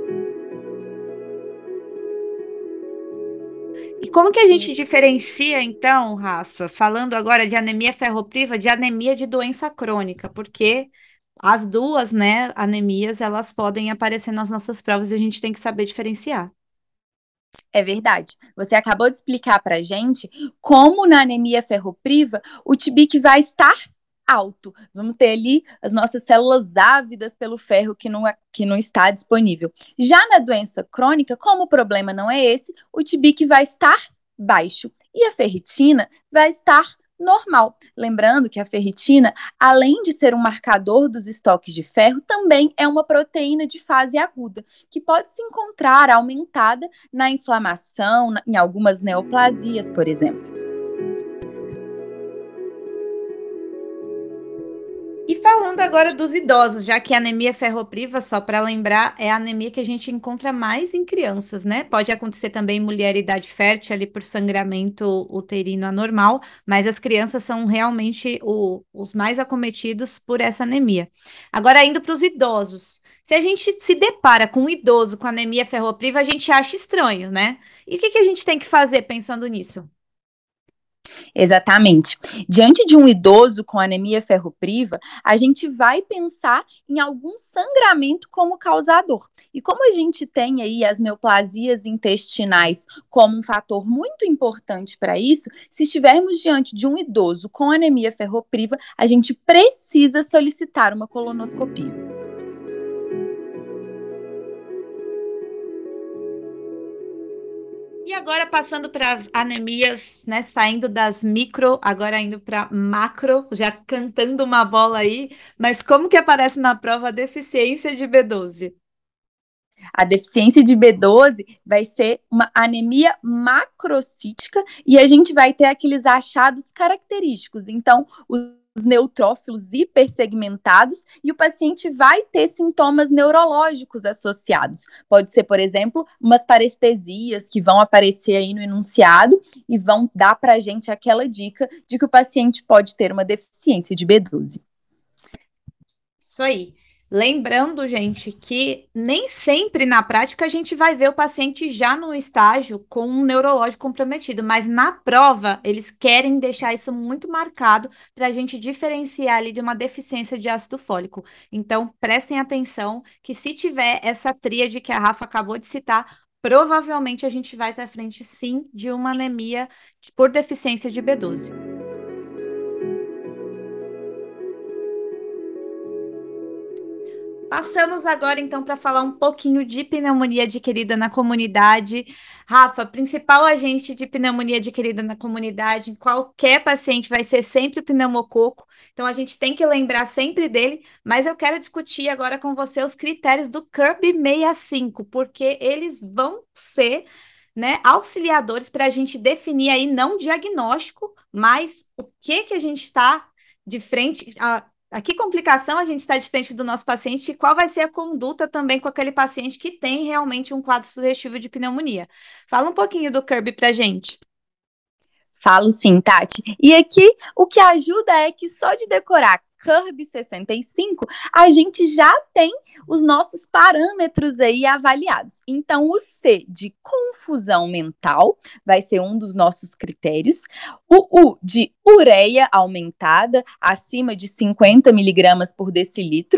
E como que a gente Isso. diferencia, então, Rafa, falando agora de anemia ferropriva, de anemia de doença crônica? Porque as duas, né, anemias, elas podem aparecer nas nossas provas e a gente tem que saber diferenciar. É verdade. Você acabou de explicar para a gente como na anemia ferropriva o T B I C vai estar alto. Vamos ter ali as nossas células ávidas pelo ferro que não, é, que não está disponível. Já na doença crônica, como o problema não é esse, o T B I C vai estar baixo e a ferritina vai estar normal. Lembrando que a ferritina, além de ser um marcador dos estoques de ferro, também é uma proteína de fase aguda, que pode se encontrar aumentada na inflamação, na, em algumas neoplasias, por exemplo. E falando agora dos idosos, já que a anemia ferropriva, só para lembrar, é a anemia que a gente encontra mais em crianças, né? Pode acontecer também em mulher em idade fértil, ali por sangramento uterino anormal, mas as crianças são realmente o- os mais acometidos por essa anemia. Agora, indo para os idosos. Se a gente se depara com um idoso com anemia ferropriva, a gente acha estranho, né? E o que que a gente tem que fazer pensando nisso? Exatamente. Diante de um idoso com anemia ferropriva, a gente vai pensar em algum sangramento como causador. E como a gente tem aí as neoplasias intestinais como um fator muito importante para isso, se estivermos diante de um idoso com anemia ferropriva, a gente precisa solicitar uma colonoscopia. E agora passando para as anemias, né? Saindo das micro, agora indo para macro, já cantando uma bola aí. Mas como que aparece na prova a deficiência de B doze? A deficiência de B doze vai ser uma anemia macrocítica e a gente vai ter aqueles achados característicos. Então, os neutrófilos hipersegmentados e o paciente vai ter sintomas neurológicos associados. Pode ser, por exemplo, umas parestesias que vão aparecer aí no enunciado e vão dar para a gente aquela dica de que o paciente pode ter uma deficiência de B doze. Isso aí. Lembrando, gente, que nem sempre na prática a gente vai ver o paciente já no estágio com um neurológico comprometido, mas na prova eles querem deixar isso muito marcado para a gente diferenciar ali de uma deficiência de ácido fólico. Então, prestem atenção que se tiver essa tríade que a Rafa acabou de citar, provavelmente a gente vai estar à frente sim de uma anemia por deficiência de B doze. Passamos agora então para falar um pouquinho de pneumonia adquirida na comunidade. Rafa, principal agente de pneumonia adquirida na comunidade, em qualquer paciente vai ser sempre o pneumococo. Então a gente tem que lembrar sempre dele, mas eu quero discutir agora com você os critérios do C U R B sessenta e cinco, porque eles vão ser, né, auxiliadores para a gente definir aí não diagnóstico, mas o que que a gente está de frente, a, a que complicação a gente está de frente do nosso paciente e qual vai ser a conduta também com aquele paciente que tem realmente um quadro sugestivo de pneumonia. Fala um pouquinho do C U R B para gente. Falo sim, Tati. E aqui o que ajuda é que só de decorar C U R B sessenta e cinco, a gente já tem os nossos parâmetros aí avaliados. Então, o C de confusão mental vai ser um dos nossos critérios. O U de ureia aumentada, acima de cinquenta miligramas por decilitro.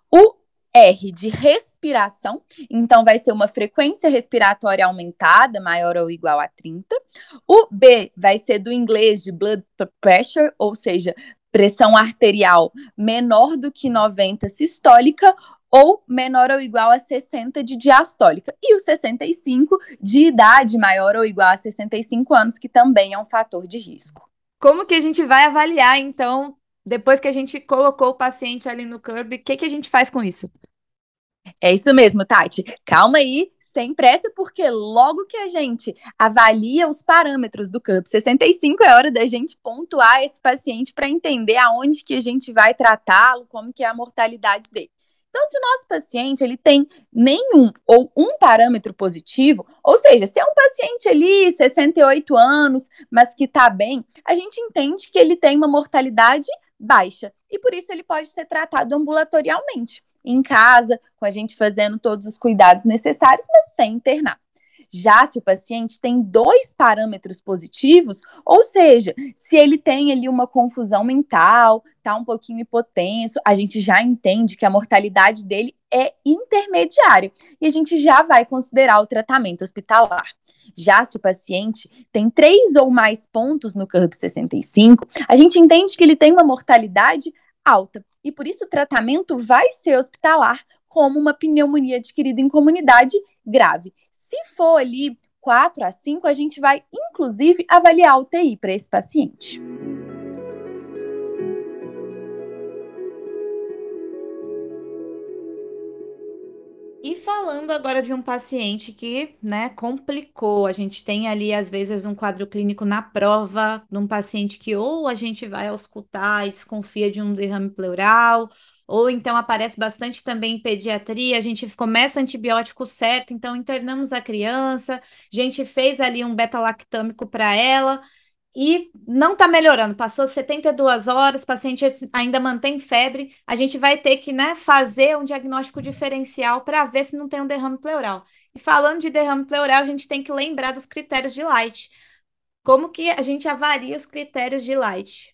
O R de respiração, então vai ser uma frequência respiratória aumentada, maior ou igual a trinta. O B vai ser do inglês de blood pressure, ou seja, pressão arterial menor do que noventa sistólica ou menor ou igual a sessenta de diastólica. E o sessenta e cinco de idade maior ou igual a sessenta e cinco anos, que também é um fator de risco. Como que a gente vai avaliar, então, depois que a gente colocou o paciente ali no curb, o que que a gente faz com isso? É isso mesmo, Tati. Calma aí, sem pressa, porque logo que a gente avalia os parâmetros do CURB sessenta e cinco, é hora da gente pontuar esse paciente para entender aonde que a gente vai tratá-lo, como que é a mortalidade dele. Então, se o nosso paciente ele tem nenhum ou um parâmetro positivo, ou seja, se é um paciente ali, sessenta e oito anos, mas que está bem, a gente entende que ele tem uma mortalidade baixa e por isso ele pode ser tratado ambulatorialmente em casa, com a gente fazendo todos os cuidados necessários, mas sem internar. Já se o paciente tem dois parâmetros positivos, ou seja, se ele tem ali uma confusão mental, tá um pouquinho hipotenso, a gente já entende que a mortalidade dele é intermediária e a gente já vai considerar o tratamento hospitalar. Já se o paciente tem três ou mais pontos no CURB sessenta e cinco, a gente entende que ele tem uma mortalidade alta e por isso o tratamento vai ser hospitalar, como uma pneumonia adquirida em comunidade grave. Se for ali quatro a cinco, a gente vai inclusive avaliar a U T I para esse paciente. E falando agora de um paciente que, né, complicou, a gente tem ali, às vezes, um quadro clínico na prova de um paciente que ou a gente vai auscultar e desconfia de um derrame pleural, ou então aparece bastante também em pediatria, a gente começa antibiótico certo, então internamos a criança, a gente fez ali um beta-lactâmico para ela, e não está melhorando. Passou setenta e duas horas, o paciente ainda mantém febre. A gente vai ter que, né, fazer um diagnóstico diferencial para ver se não tem um derrame pleural. E falando de derrame pleural, a gente tem que lembrar dos critérios de Light. Como que a gente avalia os critérios de Light?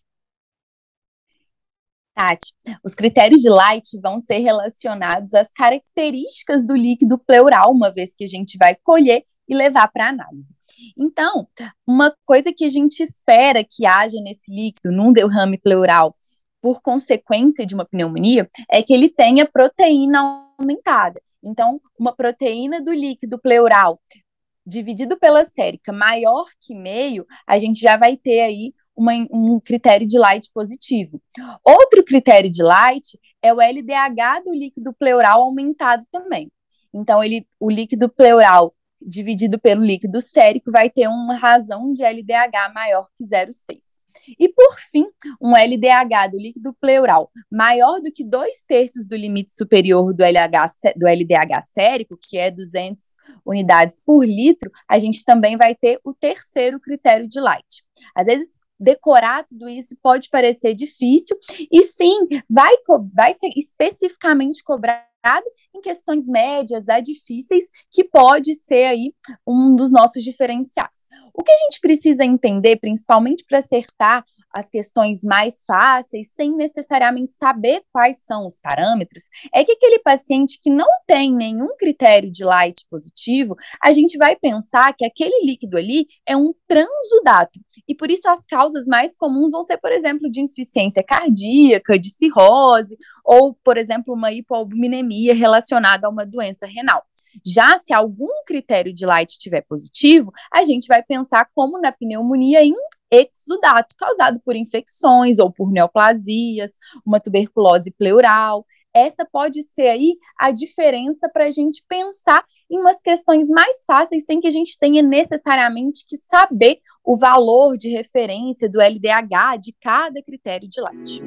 Tati, os critérios de Light vão ser relacionados às características do líquido pleural, uma vez que a gente vai colher e levar para análise. Então, uma coisa que a gente espera que haja nesse líquido, num derrame pleural, por consequência de uma pneumonia, é que ele tenha proteína aumentada. Então, uma proteína do líquido pleural dividido pela sérica maior que meio, a gente já vai ter aí uma, um critério de Light positivo. Outro critério de Light é o L D H do líquido pleural aumentado também. Então, ele, o líquido pleural dividido pelo líquido sérico vai ter uma razão de L D H maior que zero vírgula seis. E, por fim, um L D H do líquido pleural maior do que dois terços do limite superior do, L H, do L D H sérico, que é duzentas unidades por litro, a gente também vai ter o terceiro critério de Light. Às vezes, decorar tudo isso pode parecer difícil, e sim, vai, vai ser especificamente cobrado em questões médias a difíceis, que pode ser aí um dos nossos diferenciais. O que a gente precisa entender, principalmente para acertar as questões mais fáceis, sem necessariamente saber quais são os parâmetros, é que aquele paciente que não tem nenhum critério de Light positivo, a gente vai pensar que aquele líquido ali é um transudato. E por isso as causas mais comuns vão ser, por exemplo, de insuficiência cardíaca, de cirrose, ou, por exemplo, uma hipoalbuminemia relacionada a uma doença renal. Já se algum critério de Light estiver positivo, a gente vai pensar como na pneumonia em exudato, causado por infecções ou por neoplasias, uma tuberculose pleural. Essa pode ser aí a diferença para a gente pensar em umas questões mais fáceis, sem que a gente tenha necessariamente que saber o valor de referência do L D H de cada critério de Light.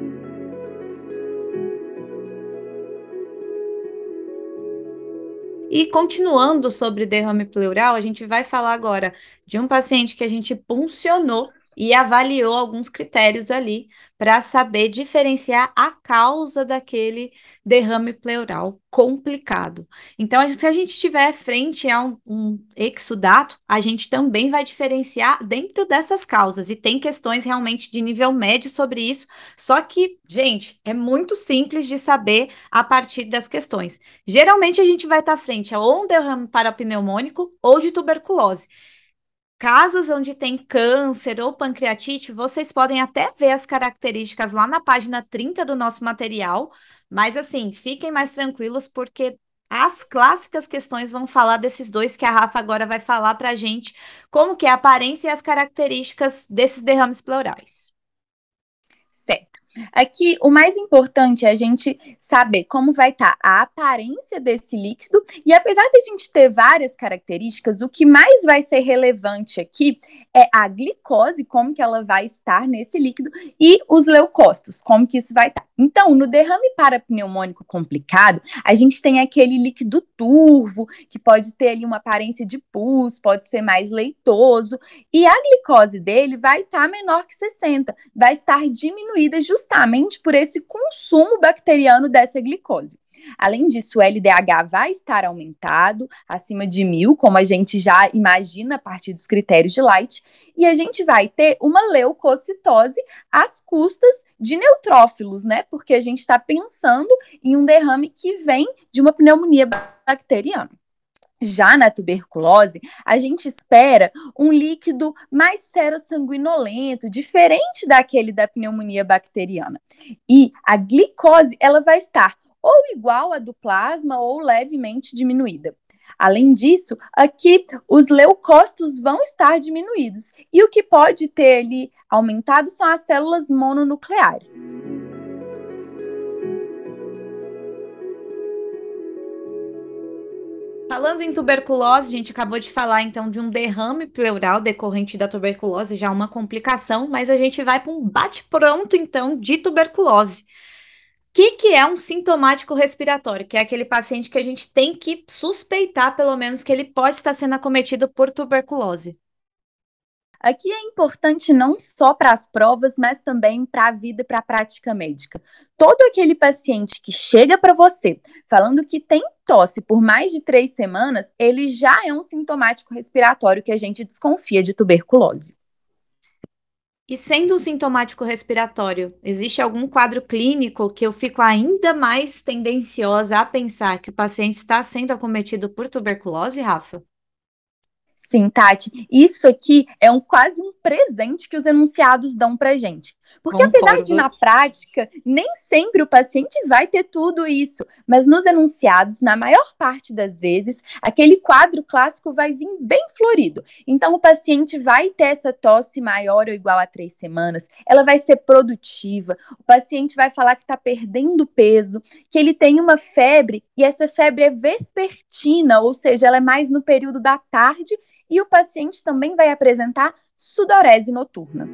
E continuando sobre derrame pleural, a gente vai falar agora de um paciente que a gente puncionou e avaliou alguns critérios ali para saber diferenciar a causa daquele derrame pleural complicado. Então, a gente- se a gente estiver frente a um, um exudato, a gente também vai diferenciar dentro dessas causas, e tem questões realmente de nível médio sobre isso, só que, gente, é muito simples de saber a partir das questões. Geralmente, a gente vai estar frente a ou um derrame parapneumônico ou de tuberculose. Casos onde tem câncer ou pancreatite, vocês podem até ver as características lá na página trinta do nosso material, mas assim, fiquem mais tranquilos porque as clássicas questões vão falar desses dois que a Rafa agora vai falar para a gente como que é a aparência e as características desses derrames pleurais. Certo. Aqui, o mais importante é a gente saber como vai estar a aparência desse líquido, e apesar de a gente ter várias características, o que mais vai ser relevante aqui é a glicose, como que ela vai estar nesse líquido, e os leucócitos, como que isso vai estar. Então, no derrame parapneumônico complicado, a gente tem aquele líquido turvo, que pode ter ali uma aparência de pus, pode ser mais leitoso, e a glicose dele vai estar menor que sessenta, vai estar diminuída justamente por esse consumo bacteriano dessa glicose. Além disso, o L D H vai estar aumentado, acima de mil, como a gente já imagina a partir dos critérios de Light, e a gente vai ter uma leucocitose às custas de neutrófilos, né? Porque a gente está pensando em um derrame que vem de uma pneumonia bacteriana. Já na tuberculose, a gente espera um líquido mais serossanguinolento, diferente daquele da pneumonia bacteriana. E a glicose, ela vai estar ou igual à do plasma ou levemente diminuída. Além disso, aqui os leucócitos vão estar diminuídos. E o que pode ter ali aumentado são as células mononucleares. Falando em tuberculose, a gente acabou de falar então de um derrame pleural decorrente da tuberculose, já uma complicação, mas a gente vai para um bate-pronto então de tuberculose. O que, que é um sintomático respiratório? Que é aquele paciente que a gente tem que suspeitar, pelo menos, que ele pode estar sendo acometido por tuberculose. Aqui é importante não só para as provas, mas também para a vida, para a prática médica. Todo aquele paciente que chega para você falando que tem tosse por mais de três semanas, ele já é um sintomático respiratório que a gente desconfia de tuberculose. E sendo um sintomático respiratório, existe algum quadro clínico que eu fico ainda mais tendenciosa a pensar que o paciente está sendo acometido por tuberculose, Rafa? Sim, Tati, isso aqui é um quase um presente que os enunciados dão para gente. Porque apesar de Concordo. na prática, nem sempre o paciente vai ter tudo isso, mas nos enunciados, na maior parte das vezes, aquele quadro clássico vai vir bem florido. Então o paciente vai ter essa tosse maior ou igual a três semanas, ela vai ser produtiva, o paciente vai falar que está perdendo peso, que ele tem uma febre, e essa febre é vespertina, ou seja, ela é mais no período da tarde, e o paciente também vai apresentar sudorese noturna.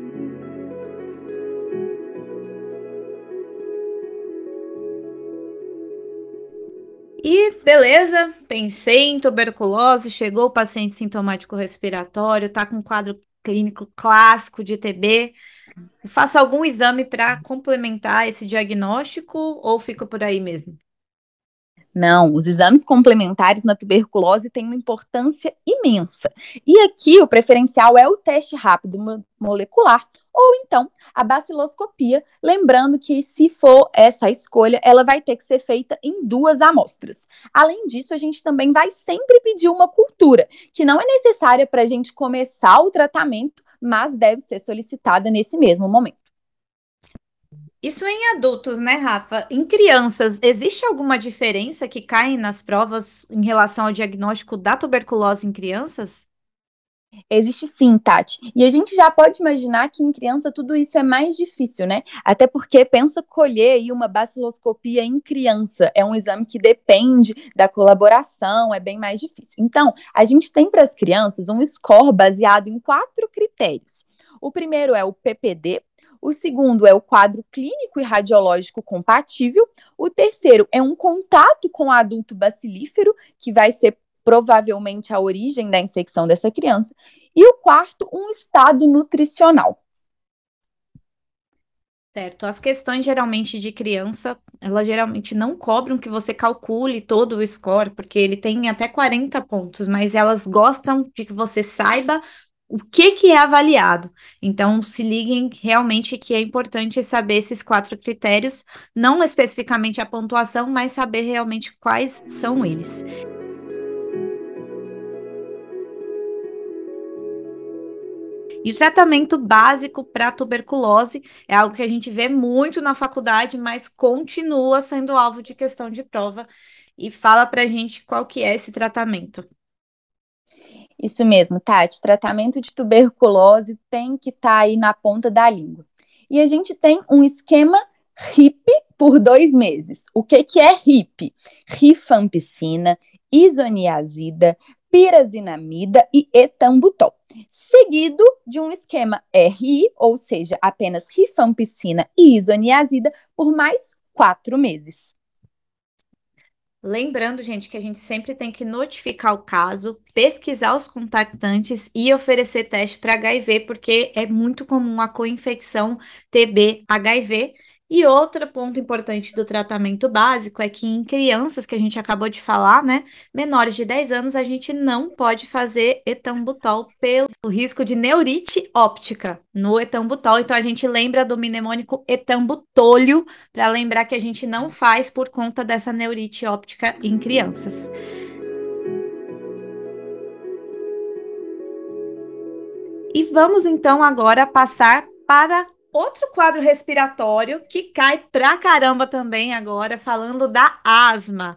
E beleza, pensei em tuberculose, chegou o paciente sintomático respiratório, tá com quadro clínico clássico de T B. Eu faço algum exame para complementar esse diagnóstico ou fico por aí mesmo? Não, os exames complementares na tuberculose têm uma importância imensa. E aqui o preferencial é o teste rápido molecular ou então a baciloscopia, lembrando que se for essa a escolha, ela vai ter que ser feita em duas amostras. Além disso, a gente também vai sempre pedir uma cultura, que não é necessária para a gente começar o tratamento, mas deve ser solicitada nesse mesmo momento. Isso em adultos, né, Rafa? Em crianças, existe alguma diferença que cai nas provas em relação ao diagnóstico da tuberculose em crianças? Existe sim, Tati. E a gente já pode imaginar que em criança tudo isso é mais difícil, né? Até porque pensa colher aí uma baciloscopia em criança. É um exame que depende da colaboração, é bem mais difícil. Então, a gente tem para as crianças um score baseado em quatro critérios. O primeiro é o P P D, o segundo é o quadro clínico e radiológico compatível, o terceiro é um contato com o adulto bacilífero, que vai ser provavelmente a origem da infecção dessa criança, e o quarto, um estado nutricional. Certo, as questões geralmente de criança, elas geralmente não cobram que você calcule todo o score, porque ele tem até quarenta pontos, mas elas gostam de que você saiba o que que é avaliado. Então, se liguem realmente que é importante saber esses quatro critérios, não especificamente a pontuação, mas saber realmente quais são eles. E o tratamento básico para tuberculose é algo que a gente vê muito na faculdade, mas continua sendo alvo de questão de prova. E fala para a gente qual que é esse tratamento. Isso mesmo, Tati. Tratamento de tuberculose tem que estar tá aí na ponta da língua. E a gente tem um esquema R I P por dois meses. O que, que é R I P? Rifampicina, isoniazida, pirazinamida e etambutol. Seguido de um esquema R I, ou seja, apenas rifampicina e isoniazida, por mais quatro meses. Lembrando, gente, que a gente sempre tem que notificar o caso, pesquisar os contactantes e oferecer teste para H I V, porque é muito comum a coinfecção T B H I V. E outro ponto importante do tratamento básico é que em crianças, que a gente acabou de falar, né, menores de dez anos, a gente não pode fazer etambutol pelo risco de neurite óptica no etambutol. Então a gente lembra do mnemônico etambutolho para lembrar que a gente não faz por conta dessa neurite óptica em crianças. E vamos então agora passar para outro quadro respiratório que cai pra caramba também agora, falando da asma.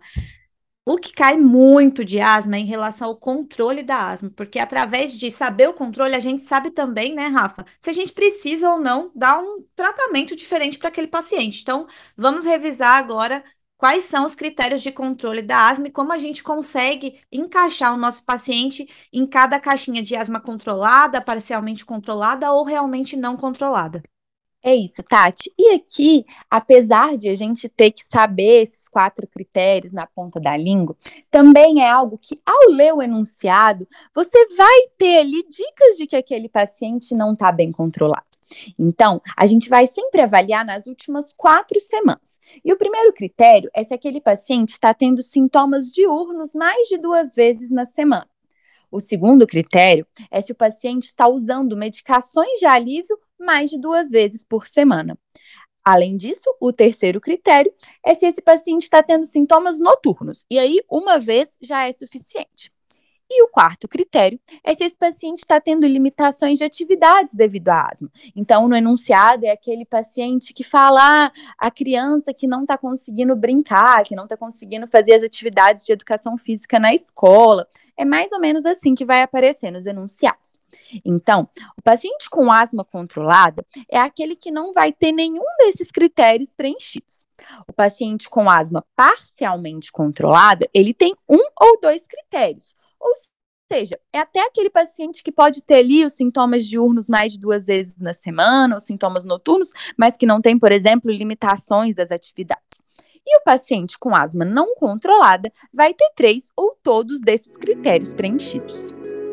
O que cai muito de asma é em relação ao controle da asma, porque através de saber o controle, a gente sabe também, né, Rafa, se a gente precisa ou não dar um tratamento diferente para aquele paciente. Então, vamos revisar agora quais são os critérios de controle da asma e como a gente consegue encaixar o nosso paciente em cada caixinha de asma controlada, parcialmente controlada ou realmente não controlada. É isso, Tati. E aqui, apesar de a gente ter que saber esses quatro critérios na ponta da língua, também é algo que, ao ler o enunciado, você vai ter ali dicas de que aquele paciente não está bem controlado. Então, a gente vai sempre avaliar nas últimas quatro semanas. E o primeiro critério é se aquele paciente está tendo sintomas diurnos mais de duas vezes na semana. O segundo critério é se o paciente está usando medicações de alívio mais de duas vezes por semana. Além disso, o terceiro critério é se esse paciente está tendo sintomas noturnos, e aí uma vez já é suficiente. E o quarto critério é se esse paciente está tendo limitações de atividades devido à asma. Então, no enunciado, é aquele paciente que fala, ah, a criança que não está conseguindo brincar, que não está conseguindo fazer as atividades de educação física na escola. É mais ou menos assim que vai aparecer nos enunciados. Então, o paciente com asma controlada é aquele que não vai ter nenhum desses critérios preenchidos. O paciente com asma parcialmente controlada, ele tem um ou dois critérios. Ou seja, é até aquele paciente que pode ter ali os sintomas diurnos mais de duas vezes na semana, os sintomas noturnos, mas que não tem, por exemplo, limitações das atividades. E o paciente com asma não controlada vai ter três ou todos desses critérios preenchidos.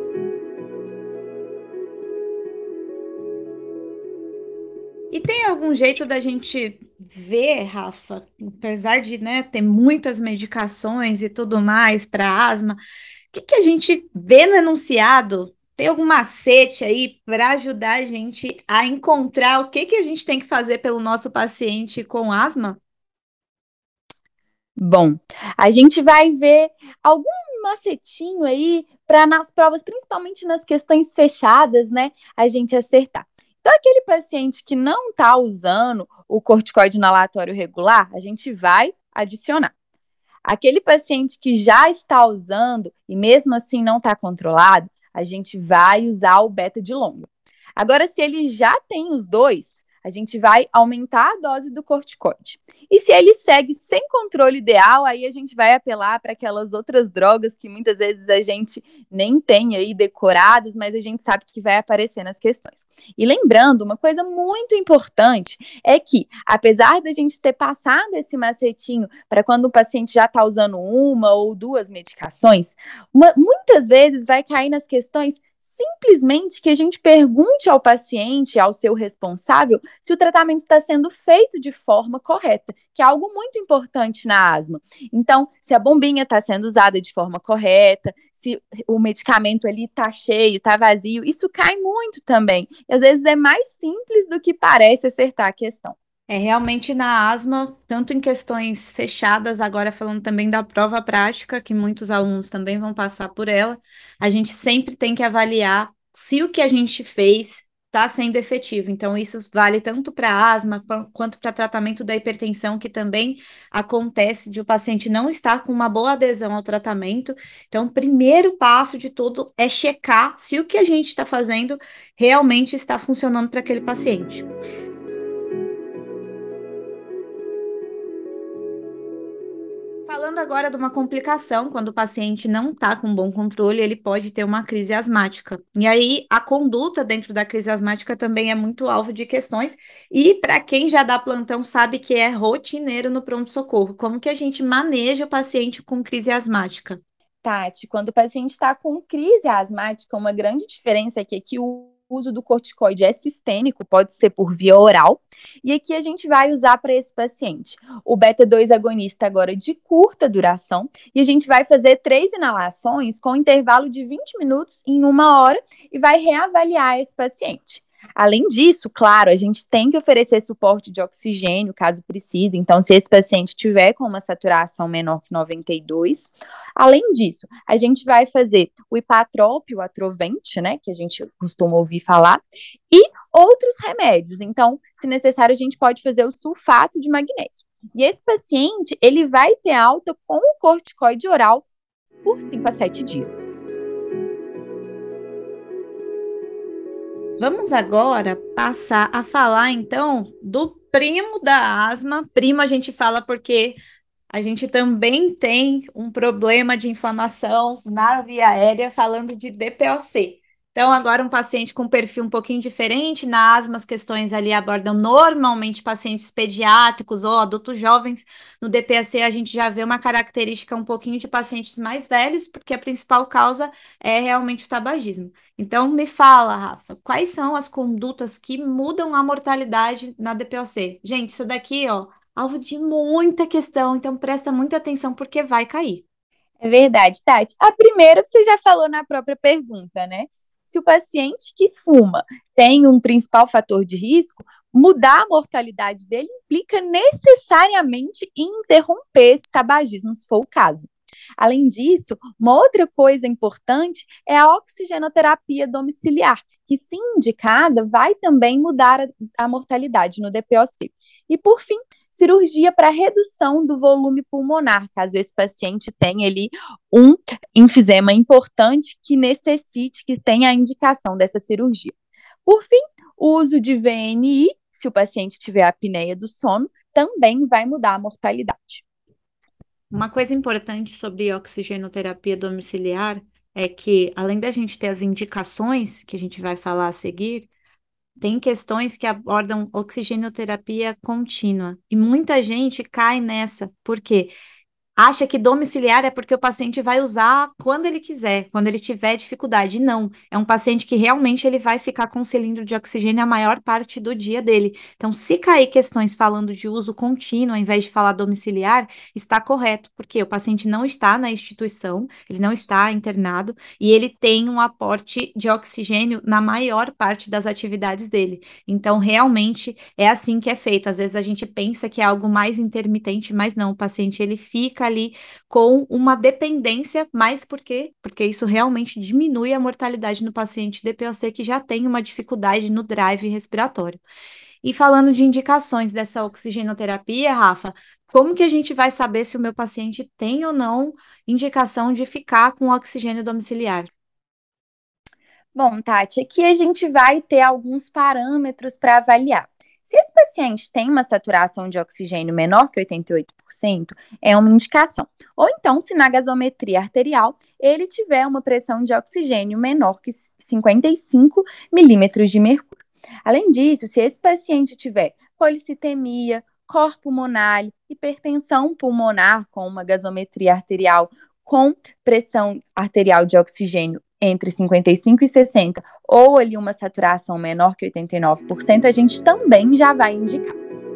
E tem algum jeito da gente ver, Rafa, apesar de, né, ter muitas medicações e tudo mais para asma, o que que a gente vê no enunciado? Tem algum macete aí para ajudar a gente a encontrar o que que a gente tem que fazer pelo nosso paciente com asma? Bom, a gente vai ver algum macetinho aí para nas provas, principalmente nas questões fechadas, né, a gente acertar. Então, aquele paciente que não está usando o corticoide inalatório regular, a gente vai adicionar. Aquele paciente que já está usando e mesmo assim não está controlado, a gente vai usar o beta de longa. Agora, se ele já tem os dois, a gente vai aumentar a dose do corticoide. E se ele segue sem controle ideal, aí a gente vai apelar para aquelas outras drogas que muitas vezes a gente nem tem aí decoradas, mas a gente sabe que vai aparecer nas questões. E lembrando, uma coisa muito importante é que, apesar da gente ter passado esse macetinho para quando o paciente já está usando uma ou duas medicações, uma, muitas vezes vai cair nas questões Simplesmente que a gente pergunte ao paciente, ao seu responsável, se o tratamento está sendo feito de forma correta, que é algo muito importante na asma. Então, se a bombinha está sendo usada de forma correta, se o medicamento ali está cheio, está vazio, isso cai muito também. E às vezes é mais simples do que parece acertar a questão. É realmente na asma, tanto em questões fechadas, agora falando também da prova prática, que muitos alunos também vão passar por ela, a gente sempre tem que avaliar se o que a gente fez está sendo efetivo. Então, isso vale tanto para asma qua- quanto para tratamento da hipertensão, que também acontece de o paciente não estar com uma boa adesão ao tratamento. Então, o primeiro passo de tudo é checar se o que a gente está fazendo realmente está funcionando para aquele paciente. Falando agora de uma complicação, quando o paciente não está com bom controle, ele pode ter uma crise asmática. E aí, a conduta dentro da crise asmática também é muito alvo de questões. E para quem já dá plantão, sabe que é rotineiro no pronto-socorro. Como que a gente maneja o paciente com crise asmática? Tati, quando o paciente está com crise asmática, uma grande diferença é que aqui o uso do corticoide é sistêmico, pode ser por via oral, e aqui a gente vai usar para esse paciente o beta dois agonista agora de curta duração, e a gente vai fazer três inalações com intervalo de vinte minutos em uma hora e vai reavaliar esse paciente. Além disso, claro, a gente tem que oferecer suporte de oxigênio caso precise. Então, se esse paciente tiver com uma saturação menor que noventa e dois, além disso, a gente vai fazer o hipatrope, o atrovente, né, que a gente costuma ouvir falar, e outros remédios. Então, se necessário, a gente pode fazer o sulfato de magnésio. E esse paciente, ele vai ter alta com o corticoide oral por cinco a sete dias. Vamos agora passar a falar então do primo da asma. Primo a gente fala porque a gente também tem um problema de inflamação na via aérea, falando de D P O C. Então, agora um paciente com um perfil um pouquinho diferente, na asma as questões ali abordam normalmente pacientes pediátricos ou adultos jovens. No D P O C a gente já vê uma característica um pouquinho de pacientes mais velhos, porque a principal causa é realmente o tabagismo. Então, me fala, Rafa, quais são as condutas que mudam a mortalidade na D P O C? Gente, isso daqui, ó, alvo de muita questão, então presta muita atenção porque vai cair. É verdade, Tati. A primeira você já falou na própria pergunta, né? Se o paciente que fuma tem um principal fator de risco, mudar a mortalidade dele implica necessariamente em interromper esse tabagismo, se for o caso. Além disso, uma outra coisa importante é a oxigenoterapia domiciliar, que, se indicada, vai também mudar a, a mortalidade no D P O C. E, por fim, cirurgia para redução do volume pulmonar, caso esse paciente tenha ali um enfisema importante que necessite, que tenha a indicação dessa cirurgia. Por fim, o uso de V N I, se o paciente tiver apneia do sono, também vai mudar a mortalidade. Uma coisa importante sobre oxigenoterapia domiciliar é que, além da gente ter as indicações que a gente vai falar a seguir, tem questões que abordam oxigenoterapia contínua. E muita gente cai nessa. Por quê? Acha que domiciliar é porque o paciente vai usar quando ele quiser, quando ele tiver dificuldade. Não, é um paciente que realmente ele vai ficar com o cilindro de oxigênio a maior parte do dia dele. Então, se cair questões falando de uso contínuo, ao invés de falar domiciliar, está correto, porque o paciente não está na instituição, ele não está internado e ele tem um aporte de oxigênio na maior parte das atividades dele. Então, realmente é assim que é feito. Às vezes a gente pensa que é algo mais intermitente, mas não, o paciente ele fica ali com uma dependência, mas por quê? Porque isso realmente diminui a mortalidade no paciente D P O C que já tem uma dificuldade no drive respiratório. E falando de indicações dessa oxigenoterapia, Rafa, como que a gente vai saber se o meu paciente tem ou não indicação de ficar com oxigênio domiciliar? Bom, Tati, aqui a gente vai ter alguns parâmetros para avaliar. Se esse paciente tem uma saturação de oxigênio menor que oitenta e oito por cento, é uma indicação. Ou então, se na gasometria arterial ele tiver uma pressão de oxigênio menor que cinquenta e cinco milímetros de mercúrio. Além disso, se esse paciente tiver policitemia, cor pulmonar, hipertensão pulmonar com uma gasometria arterial com pressão arterial de oxigênio entre cinquenta e cinco e sessenta, ou ali uma saturação menor que oitenta e nove por cento, a gente também já vai indicar.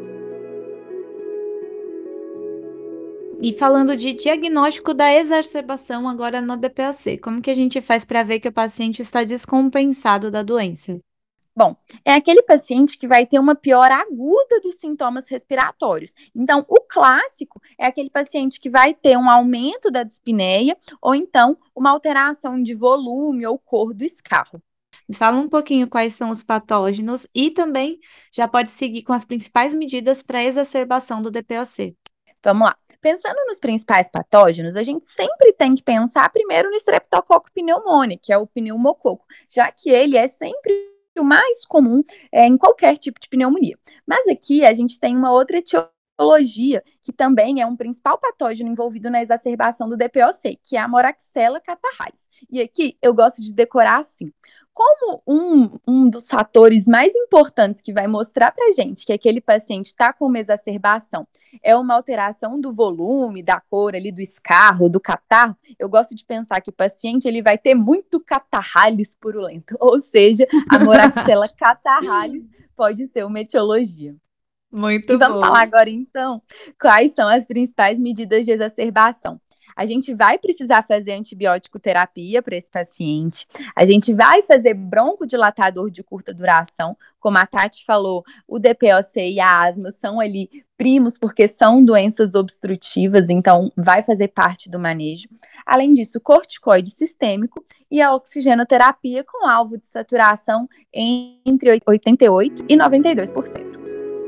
E falando de diagnóstico da exacerbação agora no D P O C, como que a gente faz para ver que o paciente está descompensado da doença? Bom, é aquele paciente que vai ter uma piora aguda dos sintomas respiratórios. Então, o clássico é aquele paciente que vai ter um aumento da dispneia ou então uma alteração de volume ou cor do escarro. Me fala um pouquinho quais são os patógenos e também já pode seguir com as principais medidas para exacerbação do D P O C. Vamos lá. Pensando nos principais patógenos, a gente sempre tem que pensar primeiro no Streptococcus pneumoniae, que é o pneumococo, já que ele é sempre o mais comum é, em qualquer tipo de pneumonia. Mas aqui a gente tem uma outra etiologia, que também é um principal patógeno envolvido na exacerbação do D P O C, que é a Moraxella catarrhalis. E aqui eu gosto de decorar assim. Como um, um dos fatores mais importantes que vai mostrar para a gente que aquele paciente está com uma exacerbação é uma alteração do volume, da cor ali, do escarro, do catarro, eu gosto de pensar que o paciente ele vai ter muito catarrhalis purulento, ou seja, a Moraxella catarrhalis pode ser uma etiologia. Muito e vamos bom. falar agora, então, quais são as principais medidas de exacerbação. A gente vai precisar fazer antibiótico terapia para esse paciente. A gente vai fazer broncodilatador de curta duração. Como a Tati falou, o D P O C e a asma são ali primos porque são doenças obstrutivas, então vai fazer parte do manejo. Além disso, corticoide sistêmico e a oxigenoterapia com alvo de saturação entre oitenta e oito por cento e noventa e dois por cento.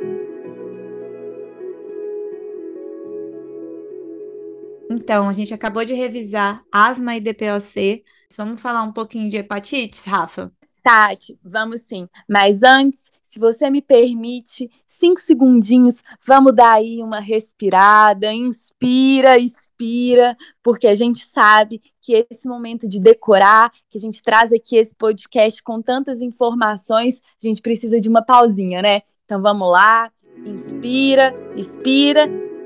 Então, a gente acabou de revisar asma e D P O C. Vamos falar um pouquinho de hepatites, Rafa? Tati, vamos sim. Mas antes, se você me permite, cinco segundinhos, vamos dar aí uma respirada, inspira, expira, porque a gente sabe que esse momento de decorar, que a gente traz aqui esse podcast com tantas informações, a gente precisa de uma pausinha, né? Então vamos lá, inspira, expira.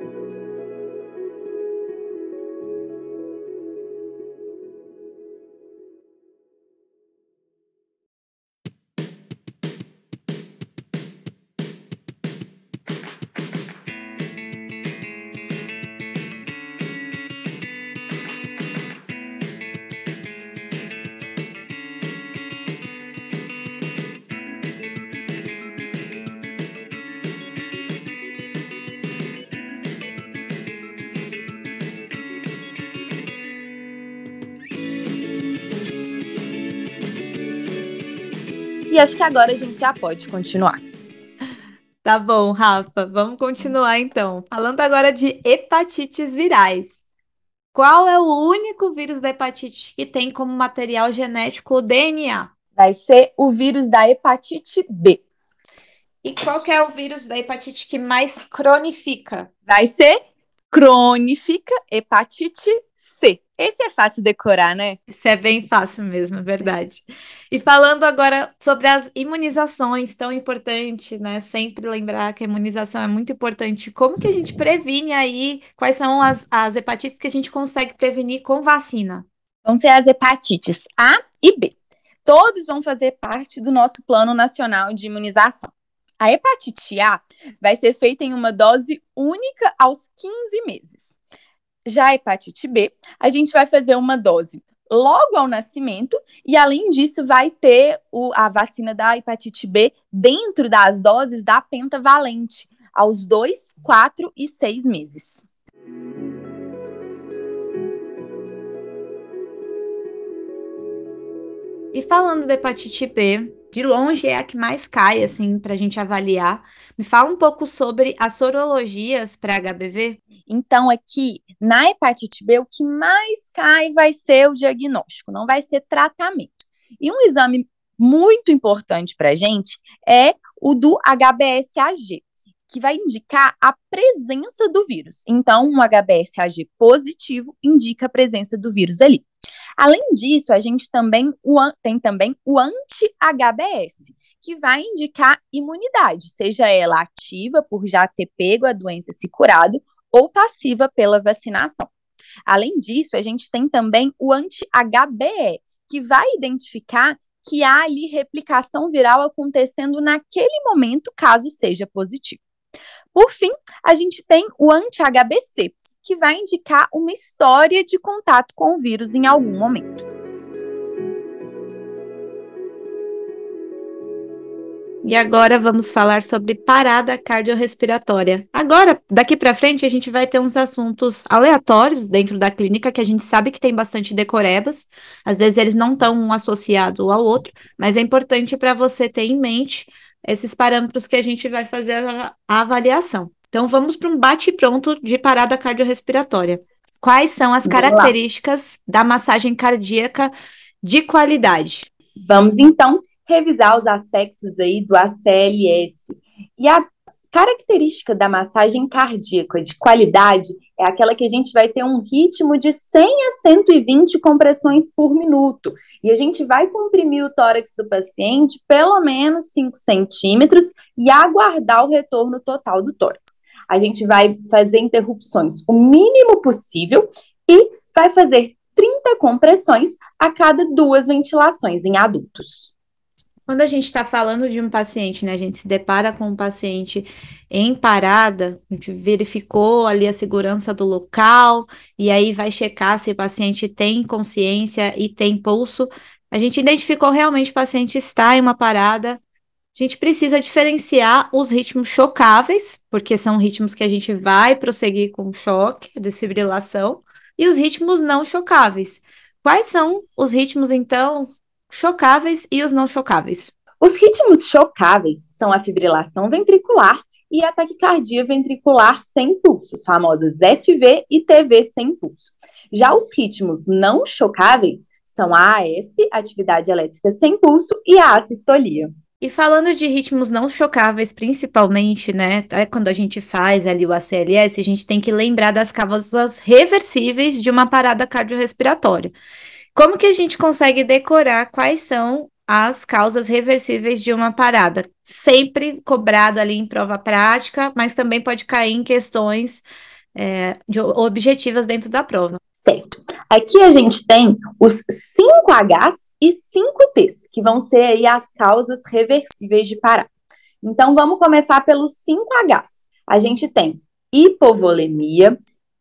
E acho que agora a gente já pode continuar. Tá bom, Rafa, vamos continuar então. Falando agora de hepatites virais. Qual é o único vírus da hepatite que tem como material genético o D N A? Vai ser o vírus da hepatite B. E qual que é o vírus da hepatite que mais cronifica? Vai ser crônica hepatite C. Esse é fácil decorar, né? Isso é bem fácil mesmo, é verdade. E falando agora sobre as imunizações, tão importante, né? Sempre lembrar que a imunização é muito importante. Como que a gente previne aí? Quais são as, as hepatites que a gente consegue prevenir com vacina? Vão ser as hepatites A e B. Todos vão fazer parte do nosso Plano Nacional de Imunização. A hepatite A vai ser feita em uma dose única aos quinze meses. Já a hepatite B, a gente vai fazer uma dose logo ao nascimento e, além disso, vai ter o, a vacina da hepatite B dentro das doses da pentavalente, aos dois, quatro e seis meses. E falando da hepatite B, de longe é a que mais cai, assim, para a gente avaliar. Me fala um pouco sobre as sorologias para H B V. Então, aqui, na hepatite B, o que mais cai vai ser o diagnóstico, não vai ser tratamento. E um exame muito importante para a gente é o do H B S A G, que vai indicar a presença do vírus. Então, um H B S A G positivo indica a presença do vírus ali. Além disso, a gente também o, tem também o anti-H B S, que vai indicar imunidade, seja ela ativa por já ter pego a doença e se curado, ou passiva pela vacinação. Além disso, a gente tem também o anti-H B E, que vai identificar que há ali replicação viral acontecendo naquele momento, caso seja positivo. Por fim, a gente tem o anti-H B C, que vai indicar uma história de contato com o vírus em algum momento. E agora vamos falar sobre parada cardiorrespiratória. Agora, daqui para frente, a gente vai ter uns assuntos aleatórios dentro da clínica, que a gente sabe que tem bastante decorebas. Às vezes eles não estão um associado ao outro, mas é importante para você ter em mente esses parâmetros que a gente vai fazer a, a avaliação. Então, vamos para um bate-pronto de parada cardiorrespiratória. Quais são as características da massagem cardíaca de qualidade? Vamos, então, revisar os aspectos aí do A C L S. E a característica da massagem cardíaca de qualidade é aquela que a gente vai ter um ritmo de cem a cento e vinte compressões por minuto. E a gente vai comprimir o tórax do paciente pelo menos cinco centímetros e aguardar o retorno total do tórax. A gente vai fazer interrupções o mínimo possível e vai fazer trinta compressões a cada duas ventilações em adultos. Quando a gente está falando de um paciente, né, a gente se depara com um paciente em parada, a gente verificou ali a segurança do local, e aí vai checar se o paciente tem consciência e tem pulso. A gente identificou realmente que o paciente está em uma parada. A gente precisa diferenciar os ritmos chocáveis, porque são ritmos que a gente vai prosseguir com choque, desfibrilação, e os ritmos não chocáveis. Quais são os ritmos, então, chocáveis e os não chocáveis? Os ritmos chocáveis são a fibrilação ventricular e a taquicardia ventricular sem pulso, as famosas F V e T V sem pulso. Já os ritmos não chocáveis são a AESP, atividade elétrica sem pulso, e a assistolia. E falando de ritmos não chocáveis, principalmente, né, é quando a gente faz ali o A C L S, a gente tem que lembrar das causas reversíveis de uma parada cardiorrespiratória. Como que a gente consegue decorar quais são as causas reversíveis de uma parada? Sempre cobrado ali em prova prática, mas também pode cair em questões é, de objetivas dentro da prova. Certo. Aqui a gente tem os cinco H's e cinco T's, que vão ser aí as causas reversíveis de parada. Então, vamos começar pelos cinco H's. A gente tem hipovolemia,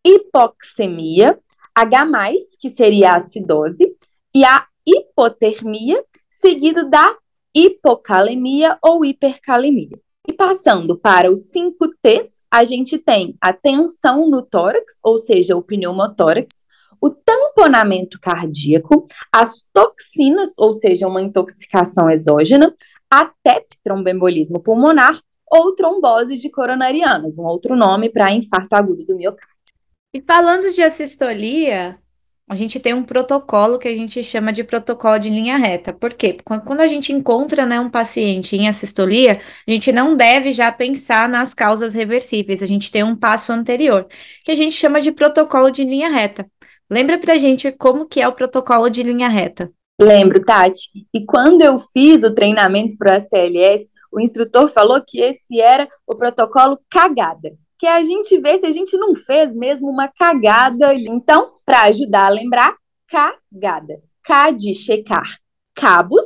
hipoxemia, H+, que seria a acidose, e a hipotermia, seguido da hipocalemia ou hipercalemia. E passando para os cinco T's, a gente tem a tensão no tórax, ou seja, o pneumotórax, o tamponamento cardíaco, as toxinas, ou seja, uma intoxicação exógena, a T E P, tromboembolismo pulmonar, ou trombose de coronarianas, um outro nome para infarto agudo do miocárdio. E falando de assistolia, a gente tem um protocolo que a gente chama de protocolo de linha reta. Por quê? Porque quando a gente encontra, né, um paciente em assistolia, a gente não deve já pensar nas causas reversíveis. A gente tem um passo anterior, que a gente chama de protocolo de linha reta. Lembra pra gente como que é o protocolo de linha reta? Lembro, Tati. E quando eu fiz o treinamento para o A C L S, o instrutor falou que esse era o protocolo cagada, que é a gente vê se a gente não fez mesmo uma cagada. Então, para ajudar a lembrar, cagada. K de checar cabos,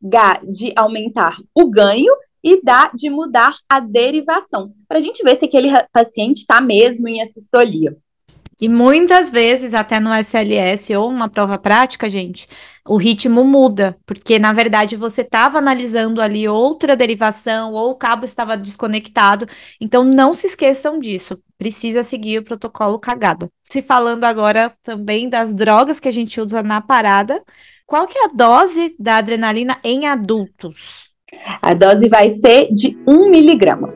G de aumentar o ganho e D de mudar a derivação, para a gente ver se aquele paciente está mesmo em assistolia. E muitas vezes, até no S L S ou uma prova prática, gente, o ritmo muda, porque na verdade você estava analisando ali outra derivação ou o cabo estava desconectado, então não se esqueçam disso, precisa seguir o protocolo cagado. Se falando agora também das drogas que a gente usa na parada, qual que é a dose da adrenalina em adultos? A dose vai ser de um miligrama.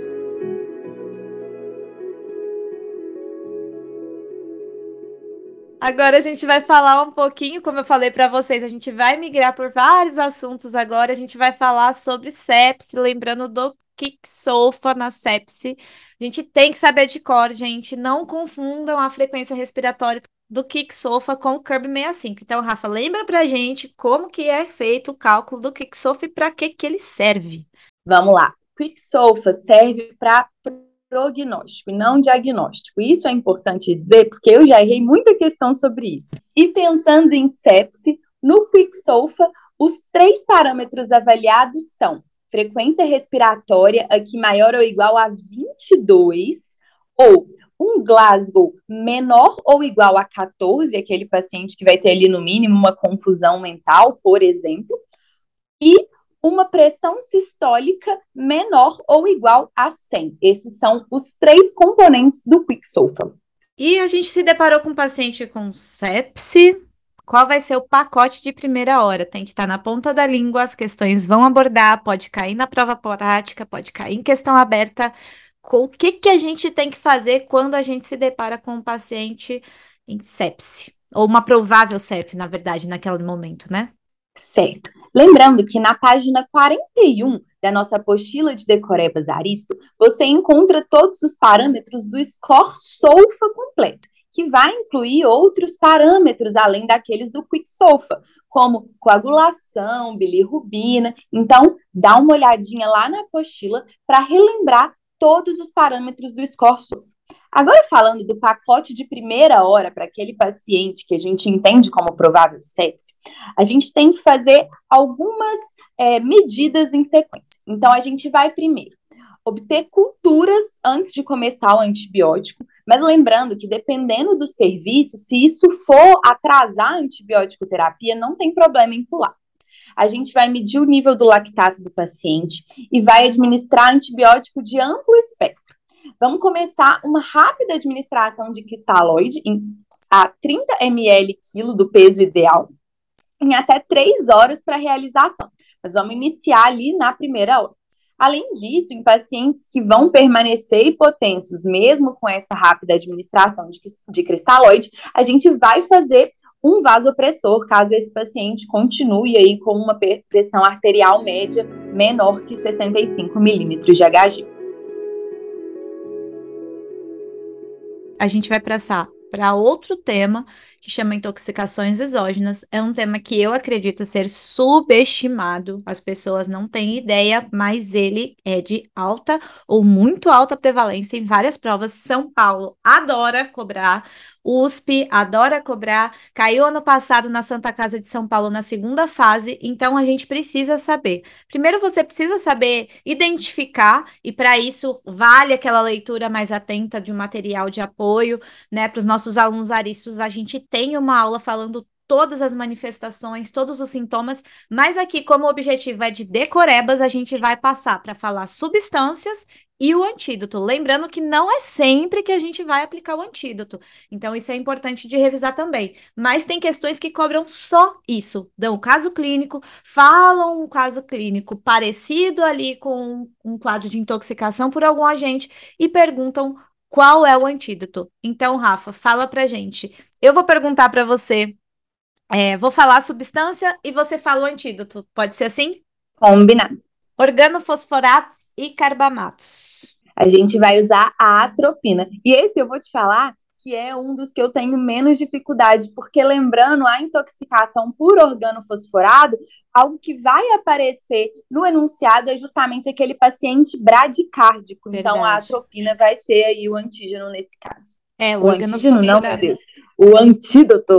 Agora a gente vai falar um pouquinho, como eu falei para vocês, a gente vai migrar por vários assuntos agora, a gente vai falar sobre sepse, lembrando do Kixofa na sepse. A gente tem que saber de cor, gente, não confundam a frequência respiratória do Kixofa com o C U R B sessenta e cinco. Então, Rafa, lembra pra gente como que é feito o cálculo do Kixofa e para que que ele serve. Vamos lá. Kixofa serve para prognóstico e não diagnóstico. Isso é importante dizer, porque eu já errei muita questão sobre isso. E pensando em sepse, No QuickSOFA, os três parâmetros avaliados são frequência respiratória, aqui maior ou igual a vinte e dois, ou um Glasgow menor ou igual a quatorze, aquele paciente que vai ter ali no mínimo uma confusão mental, por exemplo, e uma pressão sistólica menor ou igual a cem. Esses são os três componentes do QuickSOFA. E a gente se deparou com um paciente com sepse. Qual vai ser o pacote de primeira hora? Tem que estar na ponta da língua, as questões vão abordar, pode cair na prova prática, pode cair em questão aberta. O que, que a gente tem que fazer quando a gente se depara com um paciente em sepse? Ou uma provável sepse, na verdade, naquele momento, né? Certo. Lembrando que na página quarenta e um da nossa apostila de decorebas Aristo, você encontra todos os parâmetros do score SOFA completo, que vai incluir outros parâmetros além daqueles do QuickSOFA, como coagulação, bilirrubina. Então, dá uma olhadinha lá na apostila para relembrar todos os parâmetros do score SOFA. Agora, falando do pacote de primeira hora para aquele paciente que a gente entende como provável sepse, a gente tem que fazer algumas é, medidas em sequência. Então, a gente vai primeiro obter culturas antes de começar o antibiótico, mas lembrando que dependendo do serviço, se isso for atrasar a antibiótico terapia, não tem problema em pular. A gente vai medir o nível do lactato do paciente e vai administrar antibiótico de amplo espectro. Vamos começar uma rápida administração de cristalóide em, a trinta mililitros quilo do peso ideal, em até três horas para realização. Mas vamos iniciar ali na primeira hora. Além disso, em pacientes que vão permanecer hipotensos, mesmo com essa rápida administração de, de cristalóide, a gente vai fazer um vasopressor, caso esse paciente continue aí com uma pressão arterial média menor que sessenta e cinco milímetros de H G. A gente vai passar para outro tema que chama intoxicações exógenas. É um tema que eu acredito ser subestimado. As pessoas não têm ideia, mas ele é de alta ou muito alta prevalência em várias provas. São Paulo adora cobrar. U S P adora cobrar, caiu ano passado na Santa Casa de São Paulo na segunda fase, então a gente precisa saber. Primeiro você precisa saber identificar, e para isso vale aquela leitura mais atenta de um material de apoio, né? Para os nossos alunos aristos, a gente tem uma aula falando todas as manifestações, todos os sintomas, mas aqui, como o objetivo é de decorebas, a gente vai passar para falar substâncias e o antídoto. Lembrando que não é sempre que a gente vai aplicar o antídoto. Então, isso é importante de revisar também. Mas tem questões que cobram só isso. Dão o caso clínico, falam um caso clínico parecido ali com um quadro de intoxicação por algum agente e perguntam qual é o antídoto. Então, Rafa, fala pra gente. Eu vou perguntar para você, é, vou falar a substância e você fala o antídoto. Pode ser assim? Combinado. Organofosforatos e carbamatos. A gente vai usar a atropina. E esse eu vou te falar que é um dos que eu tenho menos dificuldade, porque lembrando, a intoxicação por organofosforado, algo que vai aparecer no enunciado é justamente aquele paciente bradicárdico. Verdade. Então, a atropina vai ser aí o antígeno nesse caso. É, o, o antígeno não, meu Deus. O antídoto.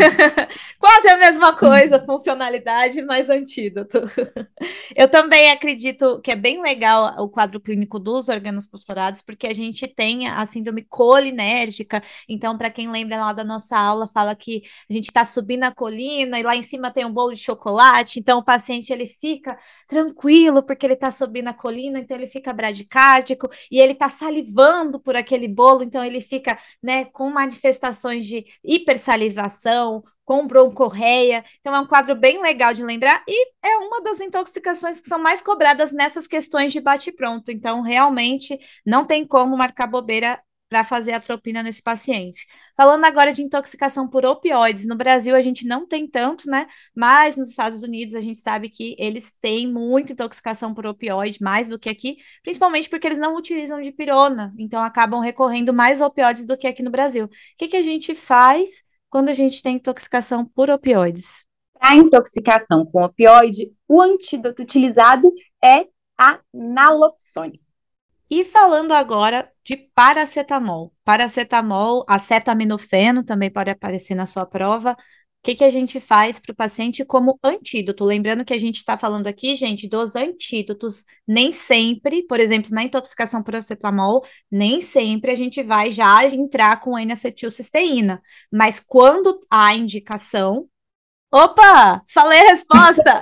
Quase a mesma coisa, funcionalidade, mas antídoto. Eu também acredito que é bem legal o quadro clínico dos organofosforados, porque a gente tem a síndrome colinérgica. Então, para quem lembra lá da nossa aula, fala que a gente está subindo a colina e lá em cima tem um bolo de chocolate. Então, o paciente ele fica tranquilo porque ele está subindo a colina, então ele fica bradicárdico e ele está salivando por aquele bolo, então ele fica, né, com manifestações de hipersalivação, com broncorreia. Então, é um quadro bem legal de lembrar e é uma das intoxicações que são mais cobradas nessas questões de bate-pronto. Então, realmente, não tem como marcar bobeira para fazer atropina nesse paciente. Falando agora de intoxicação por opioides, no Brasil a gente não tem tanto, né? Mas nos Estados Unidos a gente sabe que eles têm muita intoxicação por opioide, mais do que aqui, principalmente porque eles não utilizam dipirona, então acabam recorrendo mais a opioides do que aqui no Brasil. O que que a gente faz quando a gente tem intoxicação por opioides? Para intoxicação com opioide, o antídoto utilizado é a naloxone. E falando agora de paracetamol. Paracetamol, acetaminofeno também pode aparecer na sua prova. que que a gente faz para o paciente como antídoto? Lembrando que a gente está falando aqui, gente, dos antídotos. Nem sempre, por exemplo, na intoxicação por acetamol, nem sempre a gente vai já entrar com N-acetilcisteína. Mas quando há indicação. Opa! Falei a resposta!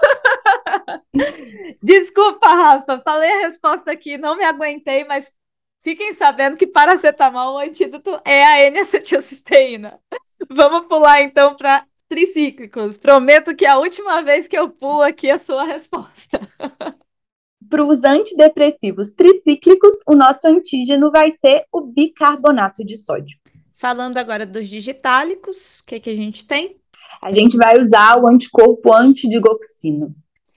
Desculpa, Rafa, falei a resposta aqui, não me aguentei, mas fiquem sabendo que paracetamol, o antídoto é a N-acetilcisteína. Vamos pular então para tricíclicos. Prometo que é a última vez que eu pulo aqui a sua resposta. Para os antidepressivos tricíclicos, o nosso antígeno vai ser o bicarbonato de sódio. Falando agora dos digitálicos, o que, que a gente tem? A gente vai usar o anticorpo antidigoxina.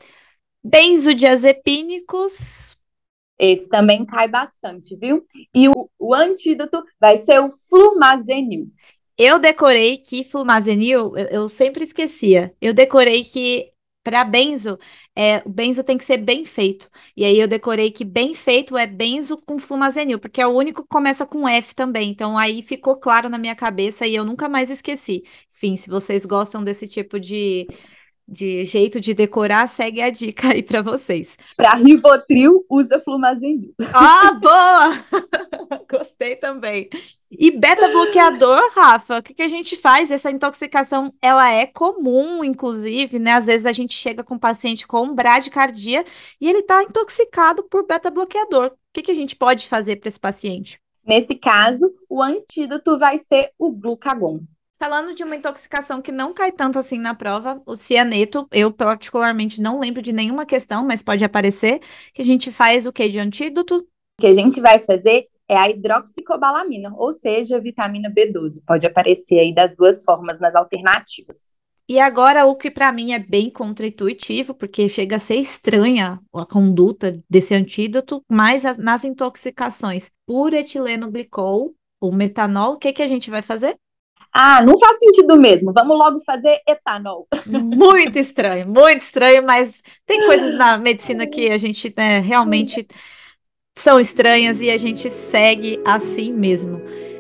Benzodiazepínicos. Esse também cai bastante, viu? E o, o antídoto vai ser o flumazenil. Eu decorei que flumazenil, eu, eu sempre esquecia. Eu decorei que para benzo, é, o benzo tem que ser bem feito. E aí eu decorei que bem feito é benzo com flumazenil, porque é o único que começa com F também. Então aí ficou claro na minha cabeça e eu nunca mais esqueci. Enfim, se vocês gostam desse tipo de, de jeito de decorar, segue a dica aí para vocês. Para Rivotril, usa flumazenil. Ah, boa! Gostei também. E beta-bloqueador, Rafa, o que que a gente faz? Essa intoxicação, ela é comum, inclusive, né? Às vezes a gente chega com um paciente com bradicardia e ele está intoxicado por beta-bloqueador. O que que a gente pode fazer para esse paciente? Nesse caso, o antídoto vai ser o glucagon. Falando de uma intoxicação que não cai tanto assim na prova, o cianeto, eu particularmente não lembro de nenhuma questão, mas pode aparecer, que a gente faz o que de antídoto? O que a gente vai fazer é a hidroxicobalamina, ou seja, vitamina B doze. Pode aparecer aí das duas formas nas alternativas. E agora, o que para mim é bem contraintuitivo, porque chega a ser estranha a conduta desse antídoto, mas as- nas intoxicações por etileno glicol, ou metanol, o que que a gente vai fazer? Ah, não faz sentido mesmo. Vamos logo fazer etanol. Muito estranho, muito estranho, mas tem coisas na medicina que a gente, né, realmente são estranhas e a gente segue assim mesmo.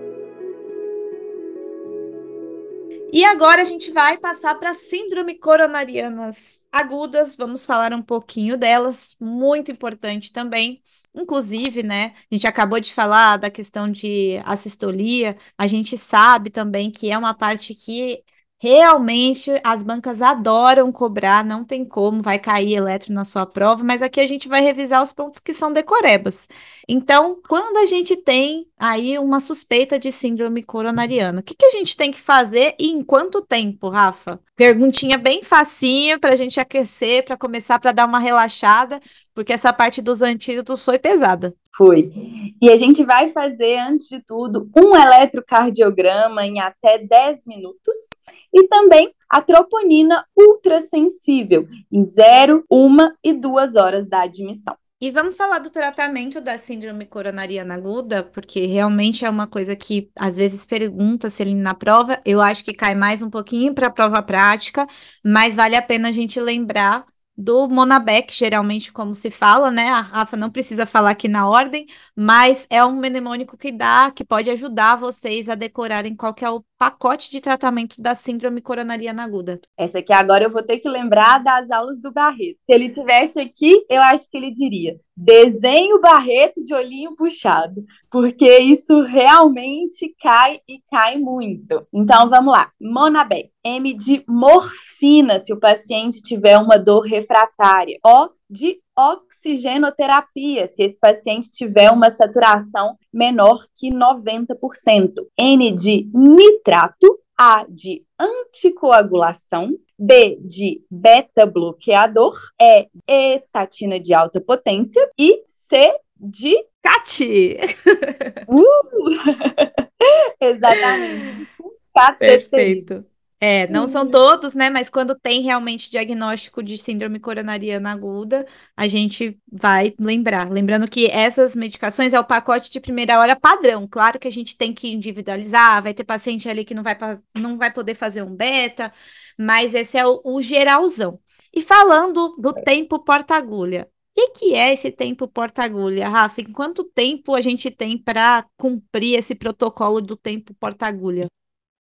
E agora a gente vai passar para síndrome coronarianas agudas. Vamos falar um pouquinho delas, muito importante também. Inclusive, né? A gente acabou de falar da questão de assistolia. A gente sabe também que é uma parte que realmente as bancas adoram cobrar, não tem como, vai cair eletro na sua prova, mas aqui a gente vai revisar os pontos que são decorebas. Então, quando a gente tem aí uma suspeita de síndrome coronariana, o que que a gente tem que fazer e em quanto tempo, Rafa? Perguntinha bem facinha para a gente aquecer, para começar para dar uma relaxada, porque essa parte dos antídotos foi pesada. Foi. E a gente vai fazer, antes de tudo, um eletrocardiograma em até dez minutos e também a troponina ultrassensível em zero, uma e duas horas da admissão. E vamos falar do tratamento da síndrome coronariana aguda, porque realmente é uma coisa que às vezes pergunta se ele na prova. Eu acho que cai mais um pouquinho para a prova prática, mas vale a pena a gente lembrar do Monabec, geralmente como se fala, né? A Rafa não precisa falar aqui na ordem, mas é um mnemônico que dá, que pode ajudar vocês a decorarem qual que é o pacote de tratamento da síndrome coronariana aguda. Essa aqui agora eu vou ter que lembrar das aulas do Barreto. Se ele tivesse aqui, eu acho que ele diria: desenhe o Barreto de olhinho puxado, porque isso realmente cai e cai muito. Então vamos lá. Monabec, M de morfina, se o paciente tiver uma dor refratária. O de oxigenoterapia, se esse paciente tiver uma saturação menor que noventa por cento. N de nitrato. A de anticoagulação, B de beta-bloqueador, E estatina de alta potência e C de Cati! Uh! Exatamente. Cateterismo. Perfeito. É, não são todos, né? Mas quando tem realmente diagnóstico de síndrome coronariana aguda, a gente vai lembrar. Lembrando que essas medicações é o pacote de primeira hora padrão. Claro que a gente tem que individualizar, vai ter paciente ali que não vai, pa- não vai poder fazer um beta, mas esse é o, o geralzão. E falando do tempo porta-agulha. O que que é esse tempo porta-agulha, Rafa? Em quanto tempo a gente tem para cumprir esse protocolo do tempo porta-agulha?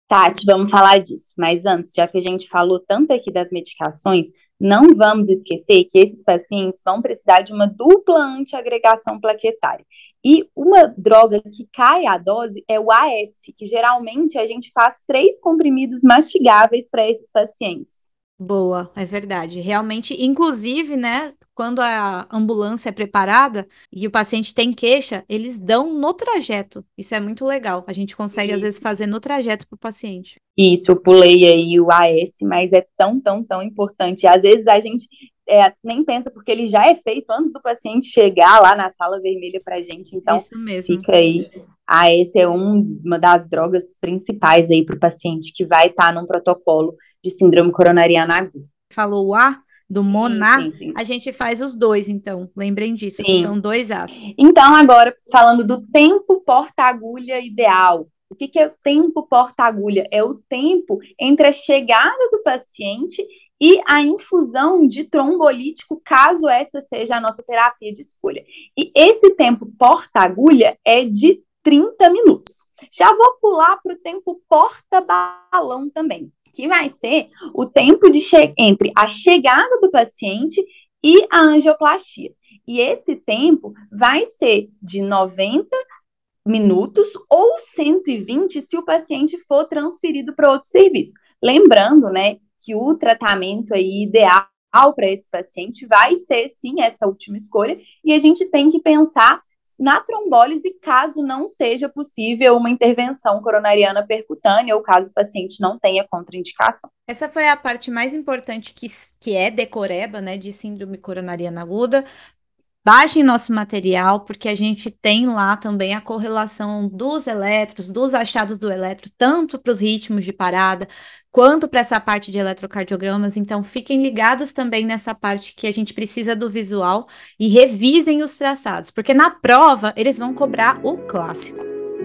Tati, vamos falar disso. Mas antes, já que a gente falou tanto aqui das medicações, não vamos esquecer que esses pacientes vão precisar de uma dupla antiagregação plaquetária. E uma droga que cai a dose é o A S, que geralmente a gente faz três comprimidos mastigáveis para esses pacientes. Boa, é verdade. Realmente, inclusive, né, quando a ambulância é preparada e o paciente tem queixa, eles dão no trajeto. Isso é muito legal. A gente consegue, às vezes, fazer no trajeto para o paciente. Isso, eu pulei aí o A S, mas é tão, tão, tão importante. Às vezes a gente é, nem pensa, porque ele já é feito antes do paciente chegar lá na sala vermelha para a gente. Então, Isso mesmo. fica aí. A S é um, uma das drogas principais aí para o paciente que vai estar tá num protocolo de síndrome coronariana aguda. Falou o A do Monar, sim, sim, sim. A gente faz os dois, então. Lembrem disso, sim. que são dois A's. Então, agora, falando do tempo porta-agulha ideal. O que, que é o tempo porta-agulha? É o tempo entre a chegada do paciente e a infusão de trombolítico, caso essa seja a nossa terapia de escolha. E esse tempo porta-agulha é de trinta minutos. Já vou pular para o tempo porta-balão também, que vai ser o tempo de entre a chegada do paciente e a angioplastia. E esse tempo vai ser de noventa minutos ou cento e vinte se o paciente for transferido para outro serviço. Lembrando, né, que o tratamento aí ideal para esse paciente vai ser, sim, essa última escolha, e a gente tem que pensar na trombólise caso não seja possível uma intervenção coronariana percutânea ou caso o paciente não tenha contraindicação. Essa foi a parte mais importante que, que é decoreba, né, de síndrome coronariana aguda. Baixem nosso material, porque a gente tem lá também a correlação dos elétrons, dos achados do eletro, tanto para os ritmos de parada, quanto para essa parte de eletrocardiogramas. Então, fiquem ligados também nessa parte que a gente precisa do visual e revisem os traçados, porque na prova eles vão cobrar o clássico.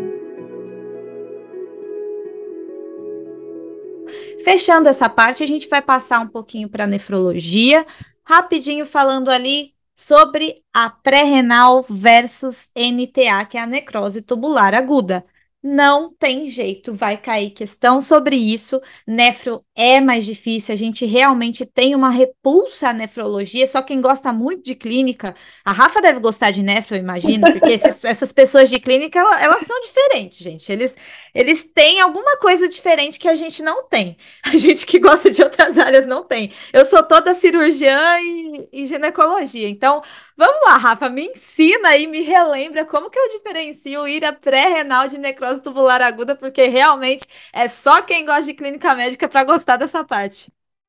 Fechando essa parte, a gente vai passar um pouquinho para nefrologia, rapidinho falando ali sobre a pré-renal versus N T A, que é a necrose tubular aguda. Não tem jeito, vai cair questão sobre isso. Nefro é mais difícil, a gente realmente tem uma repulsa à nefrologia, só quem gosta muito de clínica, a Rafa deve gostar de nefro, eu imagino, porque esses, essas pessoas de clínica, elas, elas são diferentes, gente. Eles, eles têm alguma coisa diferente que a gente não tem. A gente que gosta de outras áreas não tem. Eu sou toda cirurgiã e, e ginecologia, então vamos lá, Rafa, me ensina e me relembra como que eu diferencio ira pré-renal de necrose tubular aguda, porque realmente é só quem gosta de clínica médica para gostar dessa parte.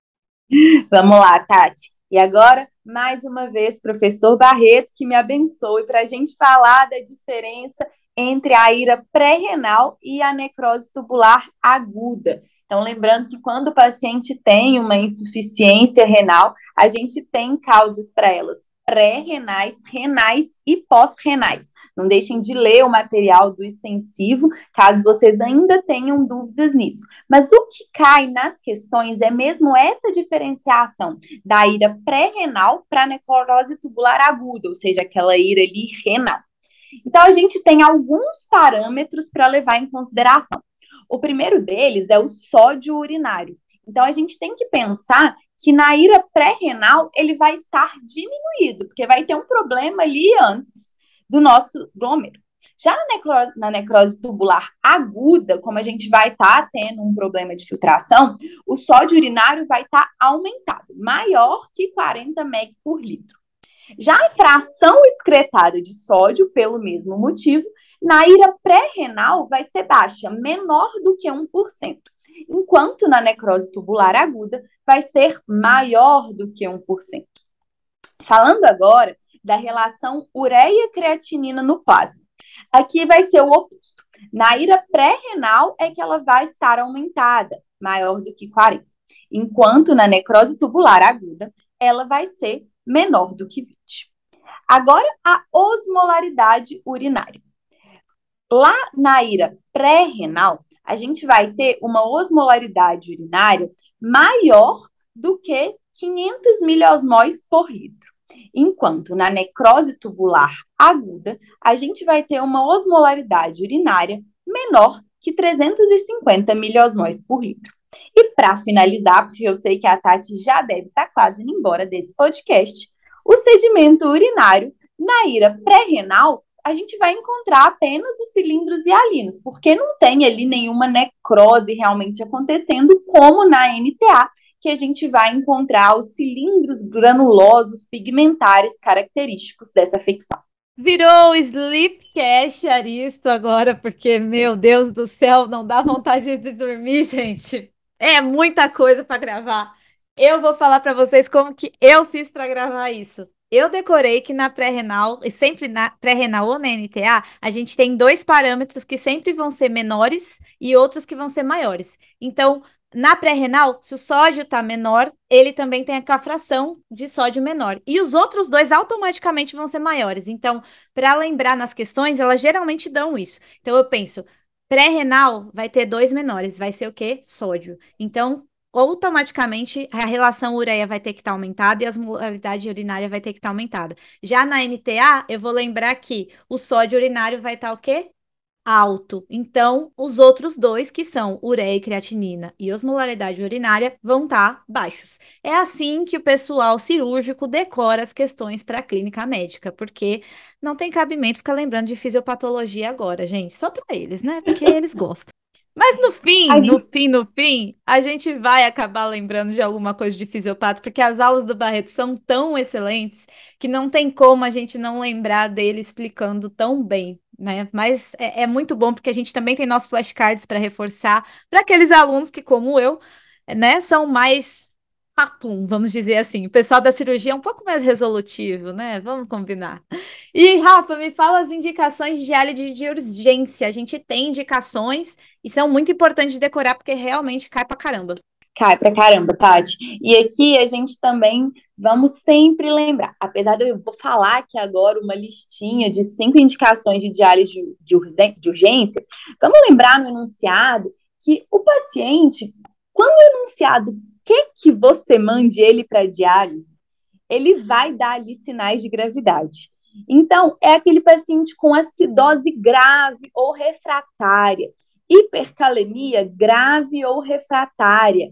Vamos lá, Tati. E agora, mais uma vez, professor Barreto, que me abençoe para a gente falar da diferença entre a ira pré-renal e a necrose tubular aguda. Então, lembrando que quando o paciente tem uma insuficiência renal, a gente tem causas para elas pré-renais, renais e pós-renais. Não deixem de ler o material do extensivo, caso vocês ainda tenham dúvidas nisso. Mas o que cai nas questões é mesmo essa diferenciação da ira pré-renal para a necrose tubular aguda, ou seja, aquela ira ali renal. Então, a gente tem alguns parâmetros para levar em consideração. O primeiro deles é o sódio urinário. Então, a gente tem que pensar que na ira pré-renal ele vai estar diminuído, porque vai ter um problema ali antes do nosso glômero. Já na necrose, na necrose tubular aguda, como a gente vai estar tá tendo um problema de filtração, o sódio urinário vai estar tá aumentado, maior que quarenta mililitros por litro. Já a fração excretada de sódio, pelo mesmo motivo, na ira pré-renal vai ser baixa, menor do que um por cento. Enquanto na necrose tubular aguda vai ser maior do que um por cento. Falando agora da relação ureia-creatinina no plasma. Aqui vai ser o oposto. Na ira pré-renal é que ela vai estar aumentada, maior do que quarenta. Enquanto na necrose tubular aguda, ela vai ser menor do que vinte. Agora, a osmolaridade urinária. Lá na ira pré-renal, a gente vai ter uma osmolaridade urinária maior do que quinhentos miliosmóis por litro. Enquanto na necrose tubular aguda, a gente vai ter uma osmolaridade urinária menor que trezentos e cinquenta miliosmóis por litro. E para finalizar, porque eu sei que a Tati já deve estar quase indo embora desse podcast, o sedimento urinário na ira pré-renal, a gente vai encontrar apenas os cilindros hialinos, porque não tem ali nenhuma necrose realmente acontecendo, como na N T A, que a gente vai encontrar os cilindros granulosos pigmentares característicos dessa afecção. Virou Sleepcast Aristo agora, porque, meu Deus do céu, não dá vontade de dormir, gente. É muita coisa para gravar. Eu vou falar para vocês como que eu fiz para gravar isso. Eu decorei que na pré-renal, e sempre na pré-renal ou na N T A, a gente tem dois parâmetros que sempre vão ser menores e outros que vão ser maiores. Então, na pré-renal, se o sódio está menor, ele também tem a fração de sódio menor. E os outros dois automaticamente vão ser maiores. Então, para lembrar nas questões, elas geralmente dão isso. Então, eu penso, pré-renal vai ter dois menores, vai ser o quê? Sódio. Então, automaticamente a relação ureia vai ter que estar aumentada e a osmolaridade urinária vai ter que estar aumentada. Já na N T A, eu vou lembrar que o sódio urinário vai estar o quê? Alto. Então, os outros dois, que são ureia e creatinina e osmolaridade urinária, vão estar baixos. É assim que o pessoal cirúrgico decora as questões para a clínica médica, porque não tem cabimento ficar lembrando de fisiopatologia agora, gente, só para eles, né? Porque eles gostam. Mas no fim, gente... no fim, no fim, a gente vai acabar lembrando de alguma coisa de fisiopato, porque as aulas do Barreto são tão excelentes que não tem como a gente não lembrar dele explicando tão bem, né? Mas é, é muito bom porque a gente também tem nossos flashcards para reforçar para aqueles alunos que, como eu, né, são mais papum, vamos dizer assim. O pessoal da cirurgia é um pouco mais resolutivo, né? Vamos combinar. E, Rafa, me fala as indicações de diálise de urgência. A gente tem indicações e são muito importantes de decorar porque realmente cai pra caramba. Cai pra caramba, Tati. E aqui a gente também vamos sempre lembrar, apesar de eu vou falar aqui agora uma listinha de cinco indicações de diálise de, de urgência, vamos lembrar no enunciado que o paciente, quando o enunciado quer que você mande ele para diálise, ele vai dar ali sinais de gravidade. Então, é aquele paciente com acidose grave ou refratária, hipercalemia grave ou refratária,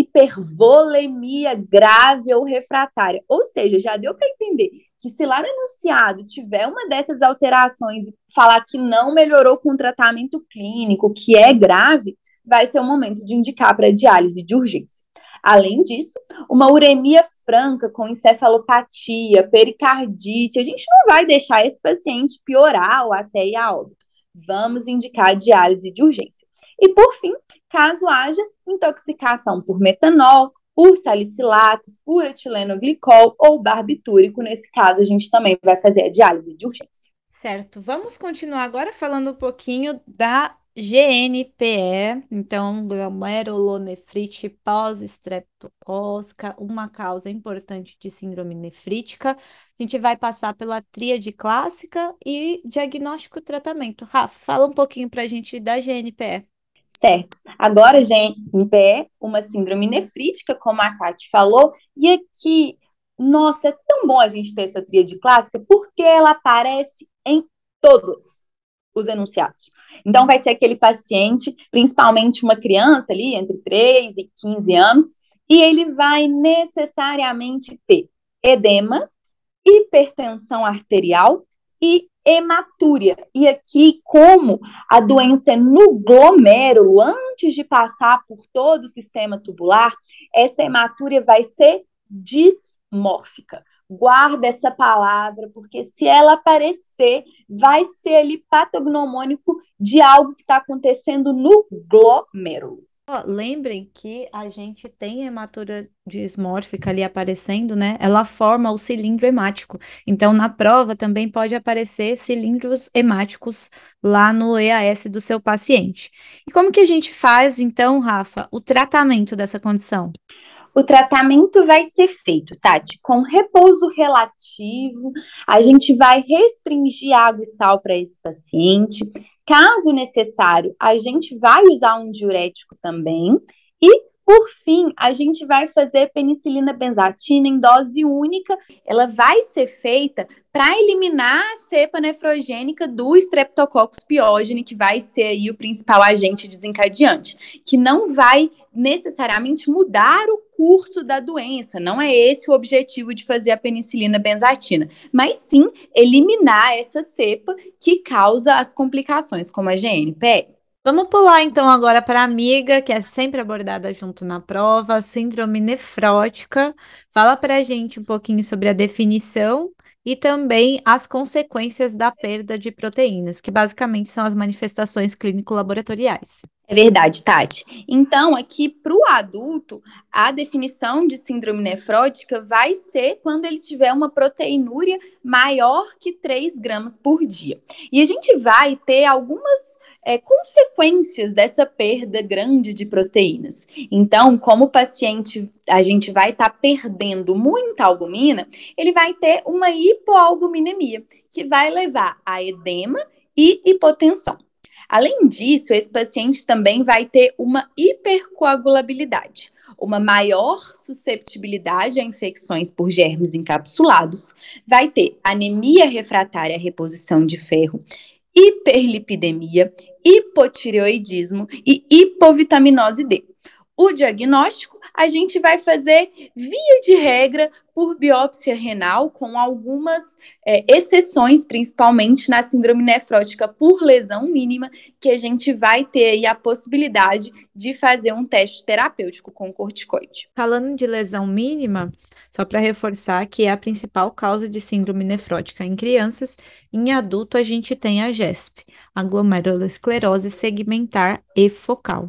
hipervolemia grave ou refratária. Ou seja, já deu para entender que se lá no enunciado tiver uma dessas alterações e falar que não melhorou com o tratamento clínico, que é grave, vai ser o momento de indicar para diálise de urgência. Além disso, uma uremia franca com encefalopatia, pericardite, a gente não vai deixar esse paciente piorar ou até ir a óbito. Vamos indicar diálise de urgência. E, por fim, caso haja intoxicação por metanol, por salicilatos, por etilenoglicol ou barbitúrico, nesse caso a gente também vai fazer a diálise de urgência. Certo, vamos continuar agora falando um pouquinho da G N P E, então glomerulonefrite pós-estreptocócica, uma causa importante de síndrome nefrítica. A gente vai passar pela tríade clássica e diagnóstico e tratamento. Rafa, fala um pouquinho para a gente da G N P E. Certo. Agora, G N P E, uma síndrome nefrítica, como a Tati falou, e aqui, nossa, é tão bom a gente ter essa tríade clássica, porque ela aparece em todos os enunciados. Então, vai ser aquele paciente, principalmente uma criança ali, entre três e quinze anos, e ele vai necessariamente ter edema, hipertensão arterial e hematúria. E aqui, como a doença é no glomérulo, antes de passar por todo o sistema tubular, essa hematúria vai ser dismórfica. Guarda essa palavra, porque se ela aparecer, vai ser ali patognomônico de algo que está acontecendo no glomérulo. Oh, lembrem que a gente tem hematúria dismórfica ali aparecendo, né? Ela forma o cilindro hemático. Então, na prova também pode aparecer cilindros hemáticos lá no E A S do seu paciente. E como que a gente faz, então, Rafa, o tratamento dessa condição? O tratamento vai ser feito, Tati, com repouso relativo. A gente vai restringir água e sal para esse paciente. Caso necessário, a gente vai usar um diurético também. E Por fim, a gente vai fazer penicilina benzatina em dose única. Ela vai ser feita para eliminar a cepa nefrogênica do Streptococcus pyogenes, que vai ser aí o principal agente desencadeante, que não vai necessariamente mudar o curso da doença. Não é esse o objetivo de fazer a penicilina benzatina, mas sim eliminar essa cepa que causa as complicações, como a G N P E. Vamos pular então agora para a amiga, que é sempre abordada junto na prova, a síndrome nefrótica. Fala para a gente um pouquinho sobre a definição e também as consequências da perda de proteínas, que basicamente são as manifestações clínico-laboratoriais. É verdade, Tati. Então, aqui para o adulto, a definição de síndrome nefrótica vai ser quando ele tiver uma proteinúria maior que três gramas por dia. E a gente vai ter algumas é, consequências dessa perda grande de proteínas. Então, como o paciente, a gente vai estar tá perdendo muita albumina, ele vai ter uma hipoalbuminemia, que vai levar a edema e hipotensão. Além disso, esse paciente também vai ter uma hipercoagulabilidade, uma maior susceptibilidade a infecções por germes encapsulados, vai ter anemia refratária à reposição de ferro, hiperlipidemia, hipotireoidismo e hipovitaminose D. O diagnóstico a gente vai fazer, via de regra, por biópsia renal, com algumas é, exceções, principalmente na síndrome nefrótica por lesão mínima, que a gente vai ter aí a possibilidade de fazer um teste terapêutico com corticoide. Falando de lesão mínima, só para reforçar que é a principal causa de síndrome nefrótica em crianças, em adulto a gente tem a G E S P, a glomerulosclerose segmentar e focal.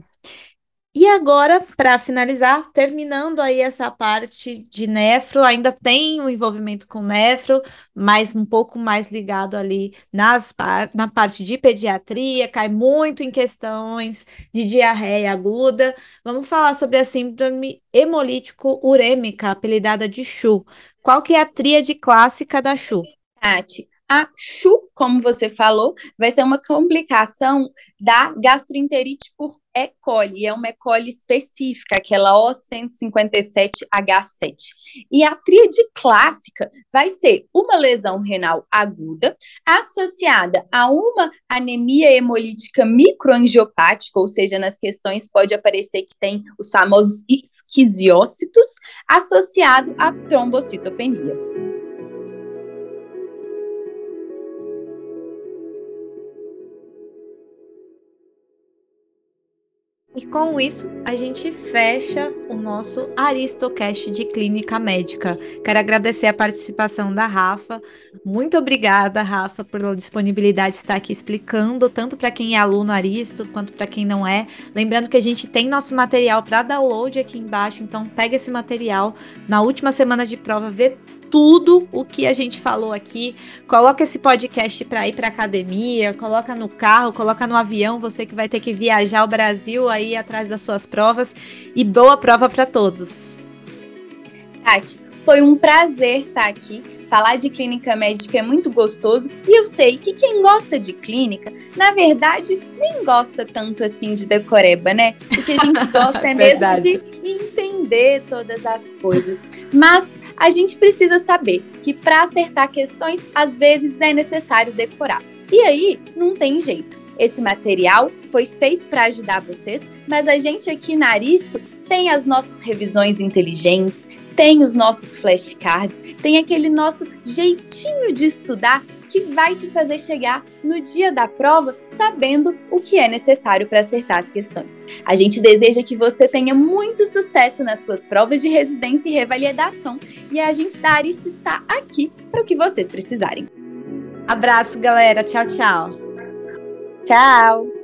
E agora, para finalizar, terminando aí essa parte de nefro, ainda tem o envolvimento com nefro, mas um pouco mais ligado ali nas par na parte de pediatria, cai muito em questões de diarreia aguda. Vamos falar sobre a síndrome hemolítico-urêmica, apelidada de C H U. Qual que é a tríade clássica da C H U? Tati, a C H U, como você falou, vai ser uma complicação da gastroenterite por E. coli, é uma E. coli específica, aquela O cento e cinquenta e sete H sete. E a tríade clássica vai ser uma lesão renal aguda, associada a uma anemia hemolítica microangiopática, ou seja, nas questões pode aparecer que tem os famosos esquisiócitos, associado à trombocitopenia. E com isso, a gente fecha o nosso Aristocast de Clínica Médica. Quero agradecer a participação da Rafa. Muito obrigada, Rafa, pela disponibilidade de estar aqui explicando, tanto para quem é aluno Aristo, quanto para quem não é. Lembrando que a gente tem nosso material para download aqui embaixo, então pega esse material na última semana de prova, vê tudo o que a gente falou aqui, coloca esse podcast para ir para academia, coloca no carro, coloca no avião, você que vai ter que viajar o Brasil aí atrás das suas provas, e boa prova para todos. Tati, foi um prazer estar aqui. Falar de clínica médica é muito gostoso e eu sei que quem gosta de clínica, na verdade, nem gosta tanto assim de decoreba, né? O que a gente gosta é mesmo de entender todas as coisas. Mas a gente precisa saber que para acertar questões, às vezes é necessário decorar. E aí, não tem jeito. Esse material foi feito para ajudar vocês, mas a gente aqui na Aristo tem as nossas revisões inteligentes, tem os nossos flashcards, tem aquele nosso jeitinho de estudar que vai te fazer chegar no dia da prova sabendo o que é necessário para acertar as questões. A gente deseja que você tenha muito sucesso nas suas provas de residência e revalidação, e a gente da Aristo está aqui para o que vocês precisarem. Abraço, galera. Tchau, tchau. Tchau!